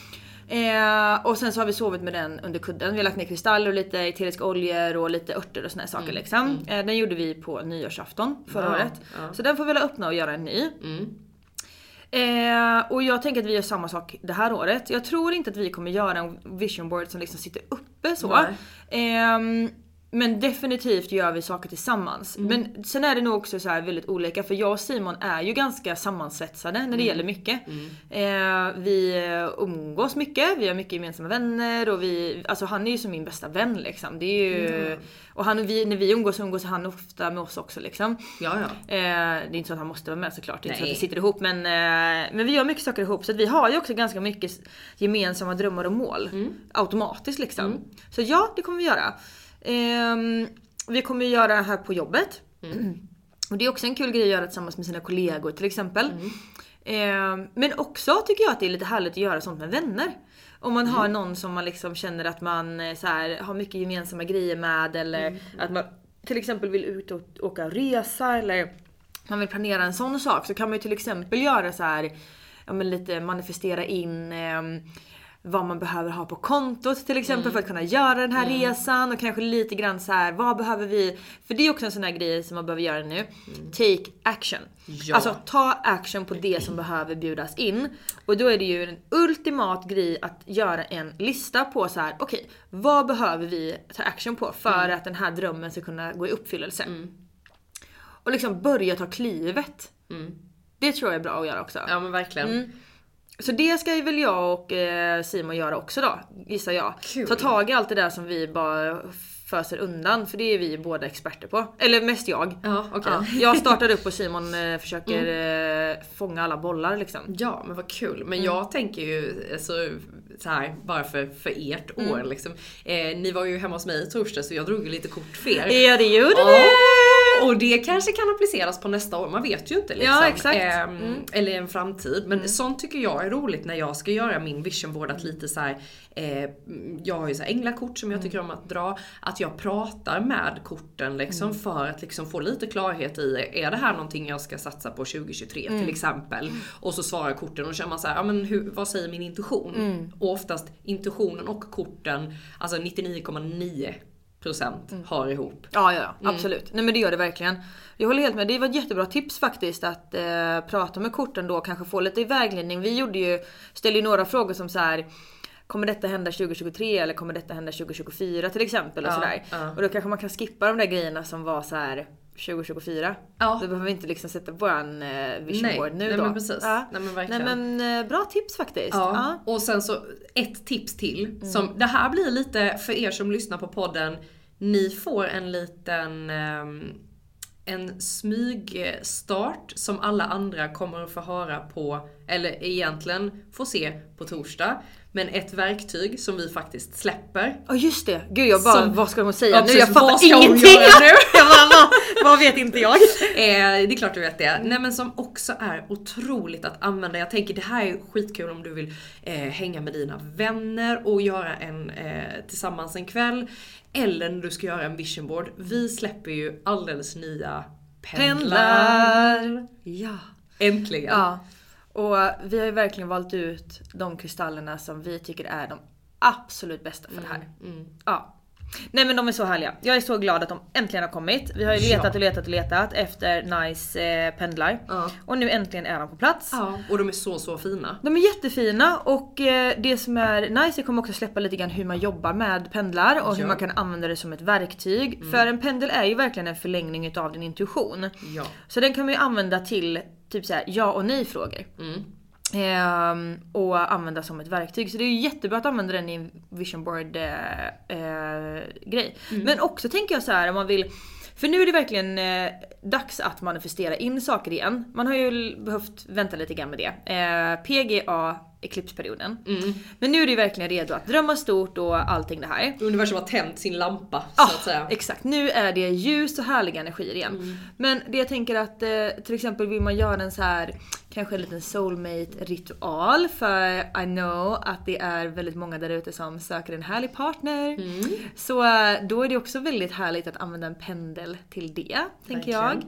Eh, och sen så har vi sovit med den under kudden. Vi har lagt ner kristaller och lite eteriska oljor och lite örter och såna här saker mm. liksom. Mm. Eh, den gjorde vi på nyårsafton förra ja, året. Ja. Så den får vi väl öppna och göra en ny. Mm. Eh, och jag tänker att vi gör samma sak det här året. Jag tror inte att vi kommer göra en vision board som liksom sitter uppe så. Eh, Men definitivt gör vi saker tillsammans. Mm. Men sen är det nog också så här väldigt olika. För jag och Simon är ju ganska sammansvetsade när det mm. gäller mycket. Mm. Eh, vi umgås mycket. Vi har mycket gemensamma vänner. Och vi, alltså han är ju som min bästa vän liksom. Det är ju, mm. Och han och vi, när vi umgås så umgås han ofta med oss också liksom. Ja, ja. Eh, det är inte så att han måste vara med såklart. Det är inte så att vi sitter ihop. Men, eh, men vi gör mycket saker ihop. Så att vi har ju också ganska mycket gemensamma drömmar och mål. Mm. Automatiskt liksom. Mm. Så ja, det kommer vi göra. Um, vi kommer ju göra det här på jobbet mm. och det är också en kul grej att göra tillsammans med sina kollegor till exempel mm. um, men också tycker jag att det är lite härligt att göra sånt med vänner. Om man mm. har någon som man liksom känner att man så här, har mycket gemensamma grejer med eller mm. att man till exempel vill ut och åka och resa eller man vill planera en sån sak, så kan man ju till exempel göra så här, ja, men lite manifestera in um, vad man behöver ha på kontot till exempel mm. för att kunna göra den här mm. resan. Och kanske lite grann så här, vad behöver vi... För det är också en sån här grej som man behöver göra nu. Mm. Take action. Ja. Alltså ta action på det som behöver bjudas in. Och då är det ju en ultimat grej att göra en lista på så här: okej, okay, vad behöver vi ta action på för mm. att den här drömmen ska kunna gå i uppfyllelse. Mm. Och liksom börja ta klivet. Mm. Det tror jag är bra att göra också. Ja men verkligen. Mm. Så det ska ju väl jag och eh, Simon göra också då, gissar jag. Kul. Ta tag i allt det där som vi bara föser undan, för det är vi båda experter på. Eller mest jag. Ja, okay. Ja, jag startar upp och Simon eh, försöker mm. eh, fånga alla bollar liksom. Ja, men vad kul. Men mm. jag tänker ju alltså, så här, bara för, för ert mm. år liksom. Eh, ni var ju hemma hos mig i torsdag så jag drog ju lite kort för er. Ja, det gjorde oh. det! Och det kanske kan appliceras på nästa år, man vet ju inte liksom. Ja, exakt. Eh, mm. Eller en framtid. Men mm. sånt tycker jag är roligt när jag ska göra min vision board, att lite så här, eh, jag har ju så här änglakort som jag tycker om att dra, att jag pratar med korten liksom mm. för att liksom få lite klarhet i, är det här någonting jag ska satsa på tjugo tjugotre mm. till exempel? Mm. Och så svarar korten och känner man så här, ja men hur, vad säger min intuition? Mm. Och oftast intuitionen och korten, alltså nittionio komma nio procent mm. har ihop. Ja, ja, mm. absolut. Nej men det gör det verkligen. Jag håller helt med. Det var ett jättebra tips faktiskt att eh, prata med korten då, kanske få lite vägledning. Vi gjorde ju, ställde ju några frågor som så här: kommer detta hända tjugo tjugotre eller kommer detta hända tjugo tjugofyra till exempel och ja, sådär. Ja. Och då kanske man kan skippa de där grejerna som var så här tjugo tjugofyra. Ja. Då behöver vi inte liksom sätta på en eh, vision nej, board nu nej, då. Men precis. Ja. Nej men verkligen. Nej men eh, bra tips faktiskt. Ja. Ja. Och sen så ett tips till mm. som det här blir lite för er som lyssnar på podden. Ni får en liten um, en smygstart som alla andra kommer att få höra på, eller egentligen få se på torsdag. Men ett verktyg som vi faktiskt släpper. Ja oh, just det, gud jag bara, som, vad ska hon säga? Ja, nu jag fattar ingenting nu. Jag bara, vad, vad vet inte jag? eh, det är klart du vet det. Nej men som också är otroligt att använda. Jag tänker det här är skitkul om du vill eh, hänga med dina vänner och göra en eh, tillsammans en kväll. Eller när du ska göra en vision board. Vi släpper ju alldeles nya pendlar. pendlar. Ja. Äntligen. Ja. Och vi har ju verkligen valt ut de kristallerna som vi tycker är de absolut bästa för mm, det här. Mm. Ja. Nej men de är så härliga. Jag är så glad att de äntligen har kommit. Vi har ju letat och letat och letat efter nice eh, pendlar. Ja. Och nu äntligen är de på plats. Ja. Och de är så så fina. De är jättefina och eh, det som är nice, jag kommer också släppa lite grann hur man jobbar med pendlar och ja. hur man kan använda det som ett verktyg. Mm. För en pendel är ju verkligen en förlängning utav din intuition. Ja. Så den kan man ju använda till typ så här ja och nej frågor. Mm. Ehm, och använda som ett verktyg. Så det är ju jättebra att använda den i en vision board eh, eh, grej. Mm. Men också tänker jag så här om man vill, för nu är det verkligen eh, dags att manifestera in saker igen. Man har ju behövt vänta lite grann med det. Eh, P G A eklipsperioden. Mm. Men nu är det verkligen redo att drömma stort och allting det här. Universum har tänt sin lampa så ah, att säga. Exakt, nu är det ljus och härliga energier igen. Mm. Men det jag tänker att eh, till exempel vill man göra en så här kanske en liten soulmate-ritual. För I know att det är väldigt många där ute som söker en härlig partner. Mm. Så då är det också väldigt härligt att använda en pendel till det, tänker jag.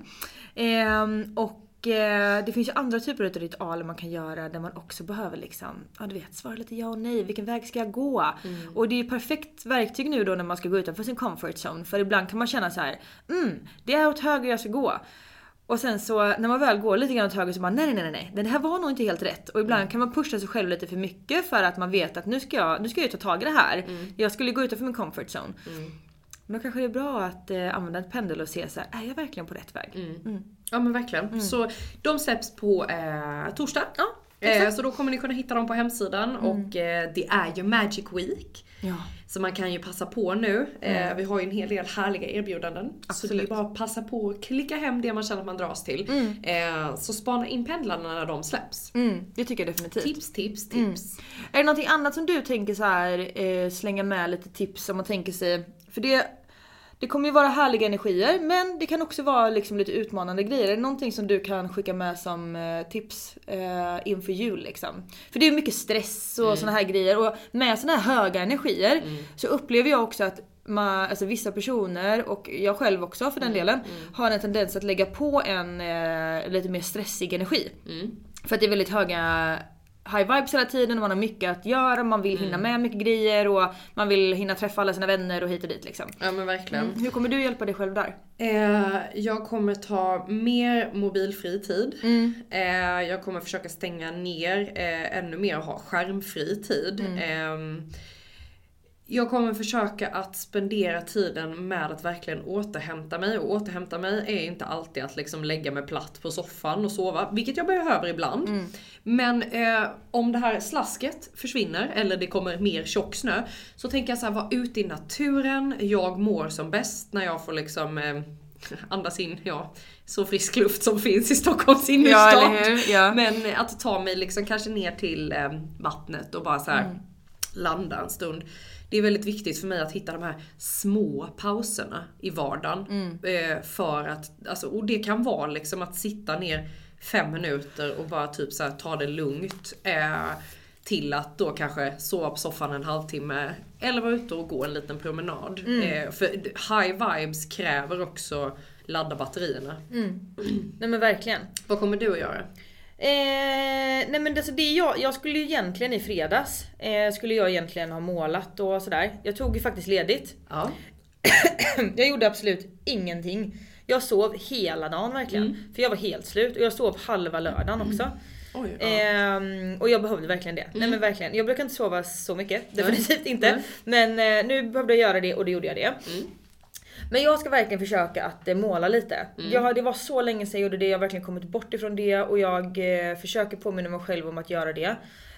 Ehm, och det finns ju andra typer av ritualer man kan göra där man också behöver liksom, ja du vet, svara lite ja och nej, vilken väg ska jag gå? Mm. Och det är ju perfekt verktyg nu då när man ska gå utanför sin comfort zone. För ibland kan man känna så här, mm, det är åt höger jag ska gå. Och sen så när man väl går lite grann åt höger så bara nej nej nej nej, det här var nog inte helt rätt. Och ibland mm. kan man pusha sig själv lite för mycket för att man vet att nu ska jag, nu ska jag ta tag i det här. Mm. Jag skulle gå utanför min comfort zone. Mm. Men då kanske det är bra att eh, använda ett pendel och se så här, är jag verkligen på rätt väg? Mm. Mm. Ja men verkligen. Mm. Så de släpps på eh, torsdag. Ja, eh, så då kommer ni kunna hitta dem på hemsidan. Mm. Och eh, det är ju Magic Week. Ja. Så man kan ju passa på nu. Mm. Eh, vi har ju en hel del härliga erbjudanden. Absolut. Så det är bara att passa på och klicka hem det man känner att man dras till. Mm. Eh, så spana in pendlarna när de släpps. Mm, det tycker jag definitivt. Tips, tips, tips. Mm. Är det någonting annat som du tänker så här eh, slänga med lite tips om man tänker sig? För det... Det kommer ju vara härliga energier, men det kan också vara liksom lite utmanande grejer. Är det någonting som du kan skicka med som eh, tips eh, inför jul liksom? För det är mycket stress och mm. såna här grejer. Och med såna här höga energier mm. så upplever jag också att man, alltså vissa personer, och jag själv också för den delen, mm. Mm. har en tendens att lägga på en eh, lite mer stressig energi. Mm. För att det är väldigt höga... high vibes hela tiden och man har mycket att göra, man vill hinna med mycket grejer och man vill hinna träffa alla sina vänner och hit och dit liksom. Ja men verkligen. Mm. Hur kommer du hjälpa dig själv där? Eh, jag kommer ta mer mobilfri tid. Mm. Eh, jag kommer försöka stänga ner eh, ännu mer och ha skärmfri tid. Mm. Eh, Jag kommer försöka att spendera tiden med att verkligen återhämta mig. Och återhämta mig är inte alltid att liksom lägga mig platt på soffan och sova. Vilket jag behöver ibland. Mm. Men eh, om det här slasket försvinner eller det kommer mer tjock snö. Så tänker jag så här, vara ute i naturen. Jag mår som bäst när jag får liksom... Eh, andas in, ja, så frisk luft som finns i Stockholms innerstad. Ja, eller hur? Ja. Men att ta mig liksom kanske ner till eh, vattnet och bara så här mm. landa en stund. Det är väldigt viktigt för mig att hitta de här små pauserna i vardagen. Mm. Eh, för att, alltså, och det kan vara liksom att sitta ner fem minuter och bara typ så här, ta det lugnt. Eh, till att då kanske sova på soffan en halvtimme. Eller vara ute och gå en liten promenad. Mm. Eh, för high vibes kräver också ladda batterierna. Mm. Mm. Nej men verkligen. Vad kommer du att göra? Eh, nej men alltså det jag, jag skulle ju egentligen i fredags eh, skulle jag egentligen ha målat och sådär. Jag tog ju faktiskt ledigt. Ja. Jag gjorde absolut ingenting. Jag sov hela dagen verkligen. Mm. För jag var helt slut. Och jag sov halva lördagen också. Mm. Oj, ja. eh, och jag behövde verkligen det. Mm. Nej men verkligen. Jag brukar inte sova så mycket. Definitivt mm. inte. Mm. Men eh, nu behövde jag göra det och det gjorde jag det. Mm. Men jag ska verkligen försöka att eh, måla lite. Mm. Jag, det var så länge sedan jag gjorde det. Jag har verkligen kommit bort ifrån det. Och jag eh, försöker påminna mig själv om att göra det.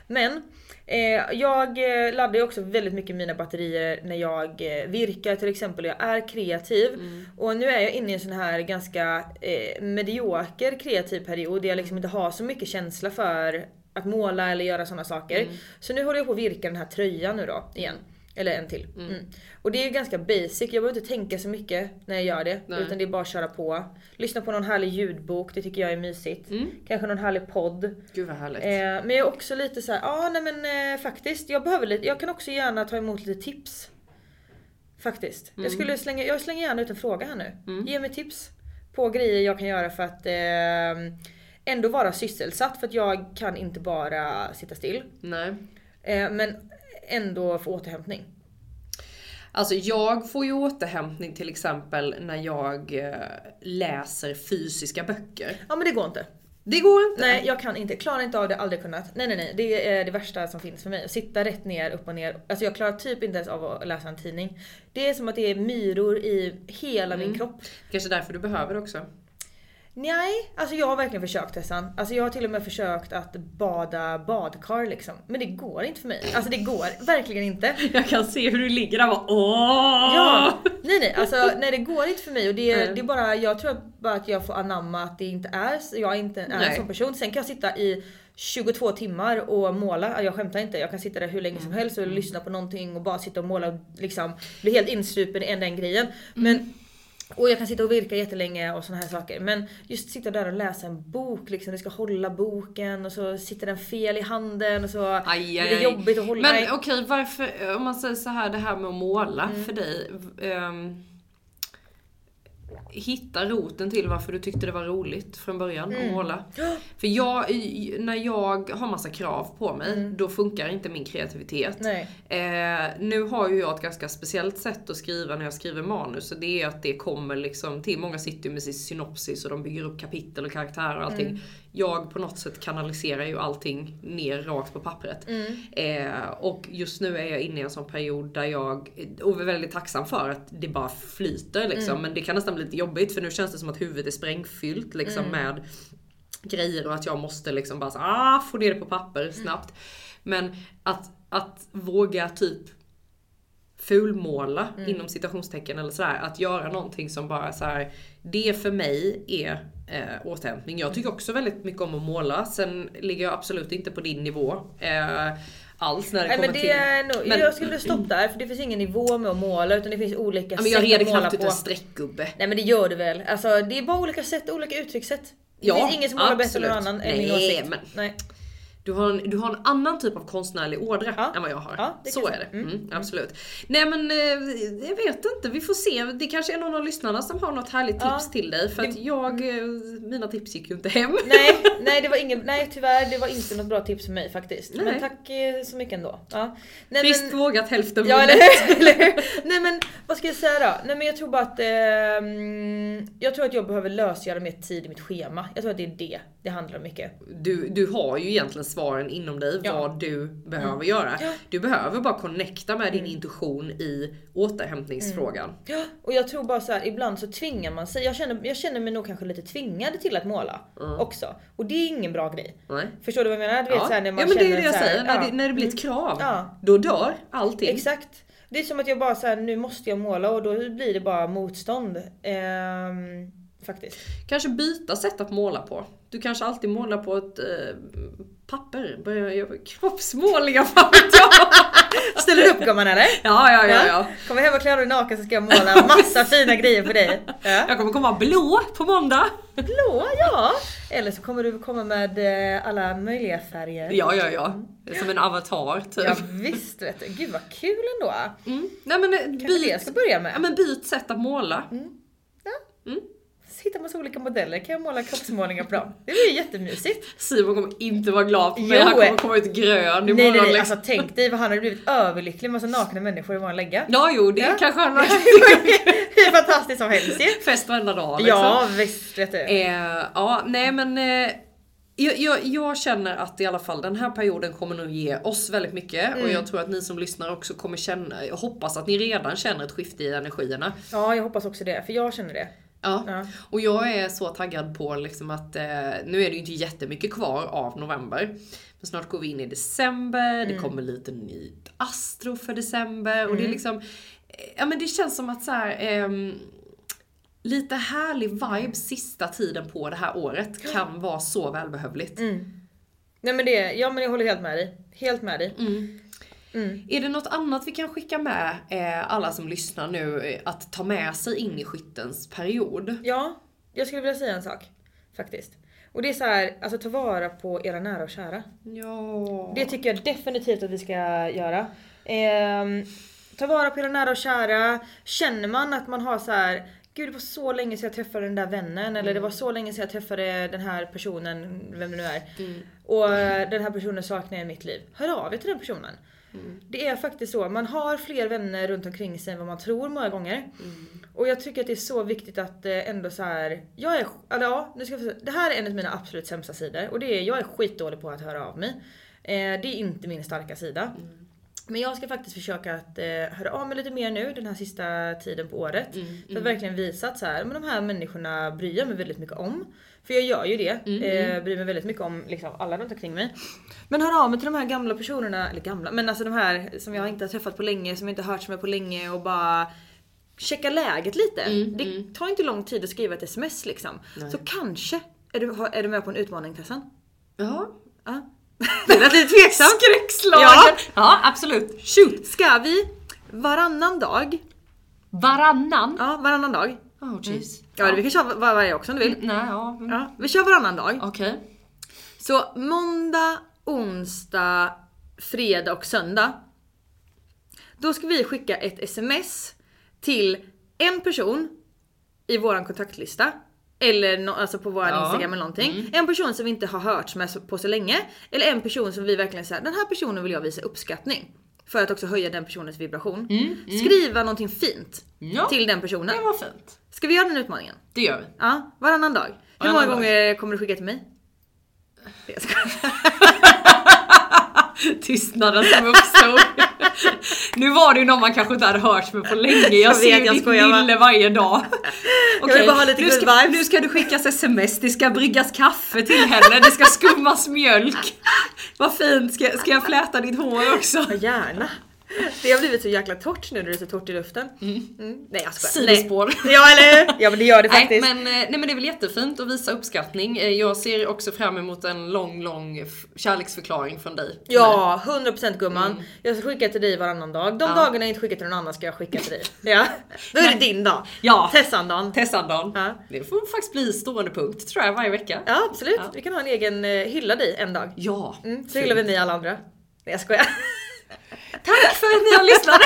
Men eh, jag laddar ju också väldigt mycket mina batterier när jag eh, virkar till exempel. Jag är kreativ. Mm. Och nu är jag inne i en sån här ganska eh, medioker kreativ period. Där jag liksom inte har så mycket känsla för att måla eller göra såna saker. Mm. Så nu håller jag på att virka den här tröjan nu då igen. Eller en till. Mm. Mm. Och det är ju ganska basic. Jag behöver inte tänka så mycket när jag gör det. Nej. Utan det är bara att köra på. Lyssna på någon härlig ljudbok. Det tycker jag är mysigt. Mm. Kanske någon härlig podd. Gud vad härligt. Eh, men jag är också lite så här. Ja ah, nej men eh, faktiskt. Jag behöver lite. Jag kan också gärna ta emot lite tips. Faktiskt. Mm. Jag skulle slänga. Jag slänger gärna ut en fråga här nu. Mm. Ge mig tips. På grejer jag kan göra för att eh, ändå vara sysselsatt. För att jag kan inte bara sitta still. Nej. Eh, men ändå få återhämtning. Alltså jag får ju återhämtning till exempel när jag eh, läser fysiska böcker. Ja men det går inte. Det går inte? Nej jag kan inte, klarar inte av det, aldrig kunnat. Nej nej nej, det är det värsta som finns för mig. Att sitta rätt ner, upp och ner. Alltså jag klarar typ inte ens av att läsa en tidning. Det är som att det är myror i hela mm. min kropp. Kanske därför du behöver det också. Nej, alltså jag har verkligen försökt Tessan. Alltså jag har till och med försökt att bada badkar liksom. Men det går inte för mig. Alltså det går verkligen inte. Jag kan se hur du ligger där och bara, åh! Ja, nej nej, alltså nej det går inte för mig. Och det, mm. det är bara, jag tror bara att jag får anamma att det inte är, jag inte är nej. en sån person. Sen kan jag sitta i tjugotvå timmar och måla. Jag skämtar inte, jag kan sitta där hur länge som helst och mm. lyssna på någonting och bara sitta och måla och liksom bli helt instrupen i en den grejen. Men mm. och jag kan sitta och virka jättelänge och såna här saker. Men just sitta där och läsa en bok liksom, det ska hålla boken och så sitter den fel i handen och så aj, aj, aj. är det jobbigt att hålla. Men okej, okay, varför, om man säger så här, det här med att måla mm. för dig, um, hitta roten till varför du tyckte det var roligt från början mm. att måla. För jag, när jag har massa krav på mig, mm. då funkar inte min kreativitet. Nej. Eh, nu har ju jag ett ganska speciellt sätt att skriva när jag skriver manus. Och det är att det kommer liksom till, många sitter ju med sin synopsis och de bygger upp kapitel och karaktärer och allting. Mm. Jag på något sätt kanaliserar ju allting ner rakt på pappret. Mm. Eh, och just nu är jag inne i en sån period där jag, och är väldigt tacksam för att det bara flyter liksom. Mm. Men det kan nästan bli lite jobbigt för nu känns det som att huvudet är sprängfyllt liksom mm. med grejer och att jag måste liksom bara så, ah, få ner det på papper snabbt. Mm. Men att, att våga typ fulmåla mm. inom citationstecken eller sådär, att göra någonting som bara så här, det för mig är eh, återhämtning. Jag tycker också väldigt mycket om att måla, sen ligger jag absolut inte på din nivå eh, alls när det Nej, kommer men det till är nog, men jag skulle stoppa där för det finns ingen nivå med att måla utan det finns olika ja, men jag sätt att måla på. En streckgubbe. Nej men det gör du väl. Alltså det är bara olika sätt, olika uttryckssätt. Det ja, finns ingen som målar bättre än någon annan än min åsikt. Men... Nej. Du har, en, du har en annan typ av konstnärlig ådra ja. än vad jag har. Ja, så är det. Mm, mm, absolut. Nej men jag vet inte. Vi får se. Det kanske är någon av lyssnarna som har något härligt tips ja. till dig. För att jag, mina tips gick ju inte hem. Nej, nej, det var ingen, nej tyvärr. Det var inte något bra tips för mig faktiskt. Nej. Men tack så mycket ändå. Ja. Nej, Visst men, vågat hälften. Ja, eller, eller, nej men vad ska jag säga då? Nej men jag tror bara att eh, jag tror att jag behöver lösgöra mer tid i mitt schema. Jag tror att det är det. Det handlar om mycket. Du, du har ju egentligen svaren inom dig ja. vad du behöver mm. göra. Ja. Du behöver bara connecta med din mm. intuition i återhämtningsfrågan. Mm. Ja. Och jag tror bara så här, ibland så tvingar man sig. Jag känner, jag känner mig nog kanske lite tvingad till att måla mm. också. Och det är ingen bra grej. Nej. Förstår du vad jag menar? Du ja. vet, så här, när man ja men det är det jag här, säger. Ja. När, det, när det blir ett krav. Ja. Då dör allting. Exakt. Det är som att jag bara så här, nu måste jag måla och då blir det bara motstånd. Ehm, faktiskt. Kanske byta sätt att måla på. Du kanske alltid målar på ett eh, papper. Börjar göra kroppsmålningar för att Ställer du upp gumman eller? Ja, ja, ja, ja. Kommer hem och klär dig naken så ska jag måla massa fina grejer för dig. Ja. Jag kommer komma blå på måndag. Blå, ja. Eller så kommer du komma med alla möjliga färger. Ja, ja, ja. Som en avatar typ. Ja, visst vet du. Gud vad kul ändå. Mm. Nej, men byt, det jag ska börja med. Ja, men byt sätt att måla. Mm. Ja. Mm. Hittar massa olika modeller, kan jag måla kroppsmålningar på dem. Det blir jättemysigt. Simon kommer inte vara glad på mig, jo. Han kommer komma ut grön i nej, morgon. Nej, nej, alltså tänk dig vad han hade blivit överlycklig med massa nakna människor i vår lägga. Ja, jo, det ja. kanske han har. Det är fantastiskt som helst. Fest varenda dag liksom. Ja, visst vet du. Eh, ja, nej men... Eh, Jag, jag, jag känner att i alla fall den här perioden kommer nog ge oss väldigt mycket. Mm. Och jag tror att ni som lyssnar också kommer känna, jag hoppas att ni redan känner ett skifte i energierna. Ja, jag hoppas också det, för jag känner det. Ja. ja, och jag är så taggad på liksom att eh, nu är det ju inte jättemycket kvar av november. Men snart går vi in i december, mm. det kommer lite nytt astro för december. Mm. Och det är liksom, eh, ja men det känns som att så här, eh, lite härlig vibe sista tiden på det här året kan vara så välbehövligt. Mm. Nej men det, ja men jag håller helt med dig. Helt med dig. Mm. Mm. Är det något annat vi kan skicka med eh, alla som lyssnar nu eh, att ta med sig in i skyttens period? Ja, jag skulle vilja säga en sak faktiskt. Och det är så här, alltså ta vara på era nära och kära. Ja. Det tycker jag definitivt att vi ska göra. Eh, ta vara på era nära och kära. Känner man att man har så här, gud det var så länge sedan jag träffade den där vännen. Mm. Eller det var så länge sedan jag träffade den här personen, vem det nu är. Mm. Och den här personen saknar jag i mitt liv. Hör av er till den personen. Mm. Det är faktiskt så. Man har fler vänner runt omkring sig än vad man tror många gånger. Mm. Och jag tycker att det är så viktigt att ändå så här. Jag är, alltså, ja, nu ska jag, det här är en av mina absolut sämsta sidor. Och det är, jag är skitdålig på att höra av mig. Eh, det är inte min starka sida. Mm. Men jag ska faktiskt försöka att eh, höra av mig lite mer nu den här sista tiden på året. Mm, mm. För att verkligen visa att så här, men de här människorna bryr jag mig väldigt mycket om. För jag gör ju det. Mm, eh, bryr mig väldigt mycket om liksom, alla runt omkring mig. Men hör av mig till de här gamla personerna. Eller gamla, men alltså de här som jag inte har träffat på länge. Som jag inte har hört med på länge. Och bara checka läget lite. Mm, det mm. tar inte lång tid att skriva ett sms liksom. Nej. Så kanske är du, är du med på en utmaning, Tessan? Ja. Ja. Det är lite tveksamt. Skräckslagen. Ja. ja, absolut. Shoot. Ska vi varannan dag? Varannan? Ja, varannan dag. Oh jeez. Mm. Ja, ja, vi kan köra var varje också om du vill. Mm, nej, ja. Mm. ja. Vi kör varannan dag. Okej. Okay. Så måndag, onsdag, fredag och söndag. Då ska vi skicka ett sms till en person i våran kontaktlista. Eller no, alltså på vår ja. Instagram eller någonting. Mm. En person som vi inte har hört med på så länge. Eller en person som vi verkligen säger, den här personen vill jag visa uppskattning. För att också höja den personens vibration. Mm. Mm. Skriva någonting fint ja. Till den personen. Det var fint. Ska vi göra den utmaningen? Det gör vi. Ja, varannan dag. Varannan Hur många dag. gånger kommer du skicka till mig? Jag ska... Tystnaden som uppstod. Nu var det ju någon man kanske inte hade hört med på länge. Jag, jag ser vet, ditt lille varje dag. Okay. Jag vill bara ha lite nu, ska, vibes. nu ska du skickas sms. Det ska bryggas kaffe till henne. Det ska skummas mjölk. Vad fint. Ska, ska jag fläta ditt hår också? Ja, gärna. Det har blivit så jäkla torrt nu när det är så torrt i luften. Mm. Mm. Nej, jag skojar. Sidospår. Ja, eller ja, men det gör det faktiskt. Nej men, nej, men det är väl jättefint att visa uppskattning. Jag ser också fram emot en lång, lång kärleksförklaring från dig. Ja, hundra procent gumman. Mm. Jag ska skicka till dig varannan dag. De ja. dagarna jag inte skickar till någon annan ska jag skicka till dig. Ja. Då är det din dag. Ja. Tessandagen. Tessandagen. Ja. Det får faktiskt bli stående punkt, tror jag, varje vecka. Ja, absolut. Ja. Vi kan ha en egen uh, hylla dig en dag. Ja. Mm. Så hyllar vi ni alla andra. Nej, jag skojar. Tack för att ni har lyssnat.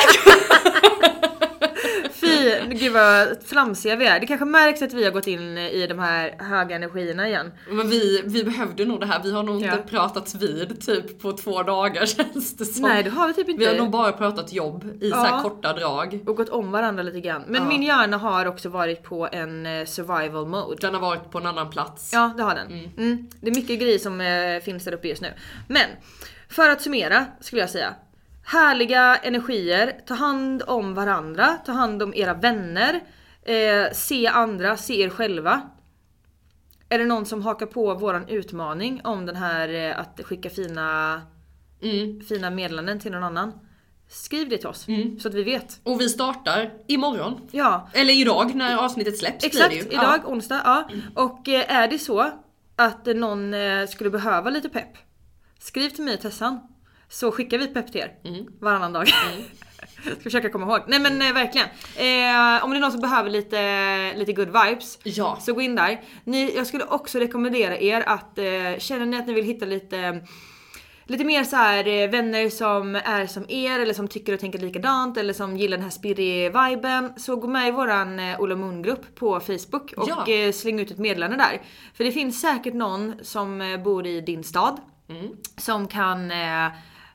Fy, gud vad flamsiga vi är. Det kanske märks att vi har gått in i de här höga energierna igen. Men vi, vi behövde nog det här. Vi har nog inte ja. pratat vid typ på två dagar känns det som. Nej, det har vi typ inte. Vi har nog bara pratat jobb i ja. så här korta drag. Och gått om varandra lite grann. Men ja. min hjärna har också varit på en survival mode. Den har varit på en annan plats. Ja, det har den. Mm. Mm. Det är mycket grejer som eh, finns där uppe just nu. Men för att summera skulle jag säga. Härliga energier, ta hand om varandra, ta hand om era vänner, eh, se andra, se er själva. Är det någon som hakar på våran utmaning om den här eh, att skicka fina, mm. fina meddelanden till någon annan? Skriv det till oss mm. så att vi vet. Och vi startar imorgon. Ja. Eller idag när avsnittet släpps. Exakt, blir det ju. idag, ja. onsdag. Ja. Mm. Och eh, är det så att någon eh, skulle behöva lite pepp, skriv till mig, Tessan. Så skickar vi pepp till er mm. varannan dag. Mm. Ska försöka komma ihåg. Nej men eh, verkligen. Eh, om det är någon som behöver lite, lite good vibes. Ja. Så gå in där. Ni, jag skulle också rekommendera er att eh, känner ni att ni vill hitta lite... Lite mer så här eh, vänner som är som er. Eller som tycker och tänker likadant. Eller som gillar den här spirrig-viben. Så gå med i våran eh, Ola Moon-grupp på Facebook. Och ja. eh, släng ut ett meddelande där. För det finns säkert någon som eh, bor i din stad. Mm. Som kan... Eh,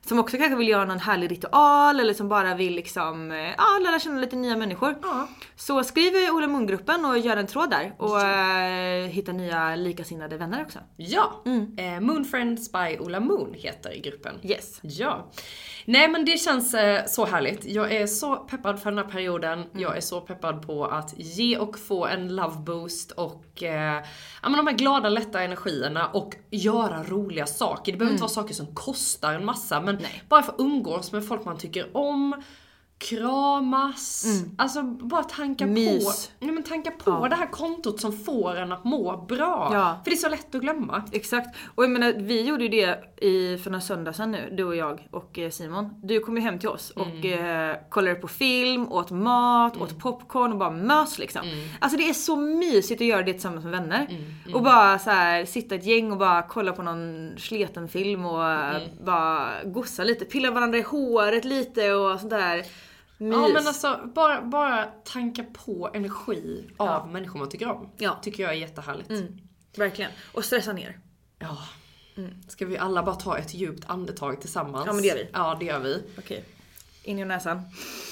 som också kanske vill göra någon härlig ritual eller som bara vill liksom, ja, lära känna lite nya människor. Ja. Så skriv i Ola Moon-gruppen och gör en tråd där och äh, hitta nya likasinnade vänner också. Ja, mm. eh, Moon Friends by Ola Moon heter gruppen. Yes. Ja. Nej, men det känns eh, så härligt. Jag är så peppad för den här perioden. Mm. Jag är så peppad på att ge och få en love boost och eh, ja, men de här glada, lätta energierna och göra roliga saker. Det behöver mm. inte vara saker som kostar en massa, men Nej. bara för att umgås med folk man tycker om. Kramas, mm. alltså bara tanka Mys. på ja, men tanka på ja. det här kontot som får en att må bra. Ja. För det är så lätt att glömma. Exakt. Och jag menar, vi gjorde ju det i, för några söndag sedan nu, du och jag och Simon. Du kom ju hem till oss mm. och eh, kollade på film, åt mat, mm. åt popcorn och bara mös liksom. Mm. Alltså det är så mysigt att göra det tillsammans med vänner. Mm. Mm. Och bara så här sitta ett gäng och bara kolla på någon sleten film och mm. bara gossa lite, pilla varandra i håret lite och sånt där. Mys. Ja, men alltså bara, bara tanka på energi av ja. människor man tycker om. Ja. Tycker jag är jättehärligt. Mm. Verkligen. Och stressa ner. Ja. Mm. Ska vi alla bara ta ett djupt andetag tillsammans? Ja, men det gör vi. Ja, det gör vi. Okej. In i näsan.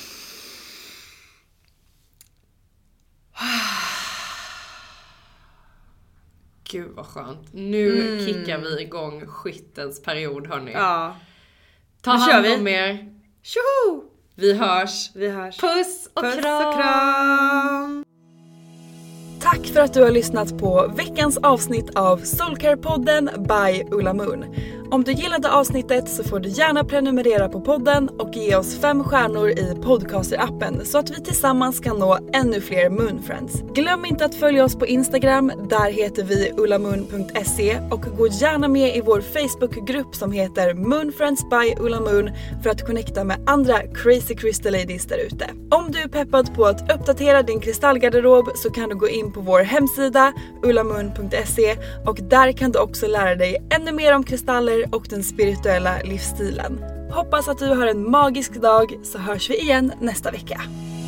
Gud vad skönt. Nu mm. kickar vi igång skittens period, hörni. Ja. Ta nu hand om er. Tjoho! Vi hörs. Vi hörs. Puss och Puss kram. Och kram. Tack för att du har lyssnat på veckans avsnitt av Soulcare-podden by Ola Moon. Om du gillade avsnittet så får du gärna prenumerera på podden och ge oss fem stjärnor i podcaster-appen så att vi tillsammans kan nå ännu fler Moonfriends. Glöm inte att följa oss på Instagram, där heter vi ulamoon punkt se och gå gärna med i vår Facebookgrupp som heter Moonfriends by Ola Moon för att connecta med andra crazy crystal ladies där ute. Om du är peppad på att uppdatera din kristallgarderob så kan du gå in på vår hemsida ulamoon punkt se och där kan du också lära dig ännu mer om kristaller och den spirituella livsstilen. Hoppas att du har en magisk dag, så hörs vi igen nästa vecka.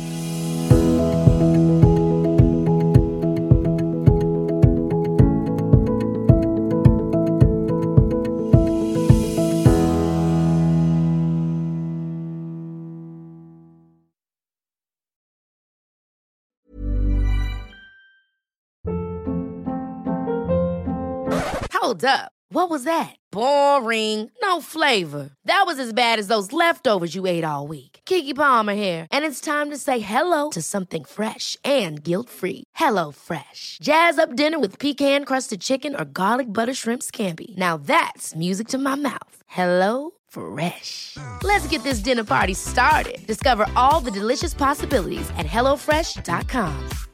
Hold up. What was that? Boring. No flavor. That was as bad as those leftovers you ate all week. Keke Palmer here, and it's time to say hello to something fresh and guilt-free. Hello Fresh. Jazz up dinner with pecan-crusted chicken or garlic butter shrimp scampi. Now that's music to my mouth. Hello Fresh. Let's get this dinner party started. Discover all the delicious possibilities at hello fresh dot com.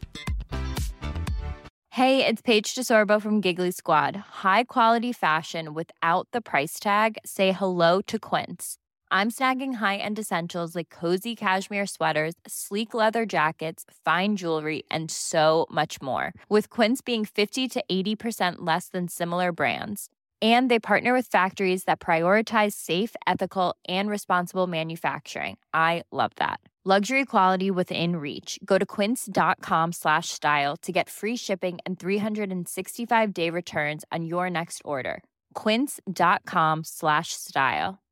Hey, it's Paige DeSorbo from Giggly Squad. High quality fashion without the price tag. Say hello to Quince. I'm snagging high-end essentials like cozy cashmere sweaters, sleek leather jackets, fine jewelry, and so much more. With Quince being fifty to eighty percent less than similar brands. And they partner with factories that prioritize safe, ethical, and responsible manufacturing. I love that. Luxury quality within reach. Go to quince.com slash style to get free shipping and three sixty-five day returns on your next order. Quince.com slash style.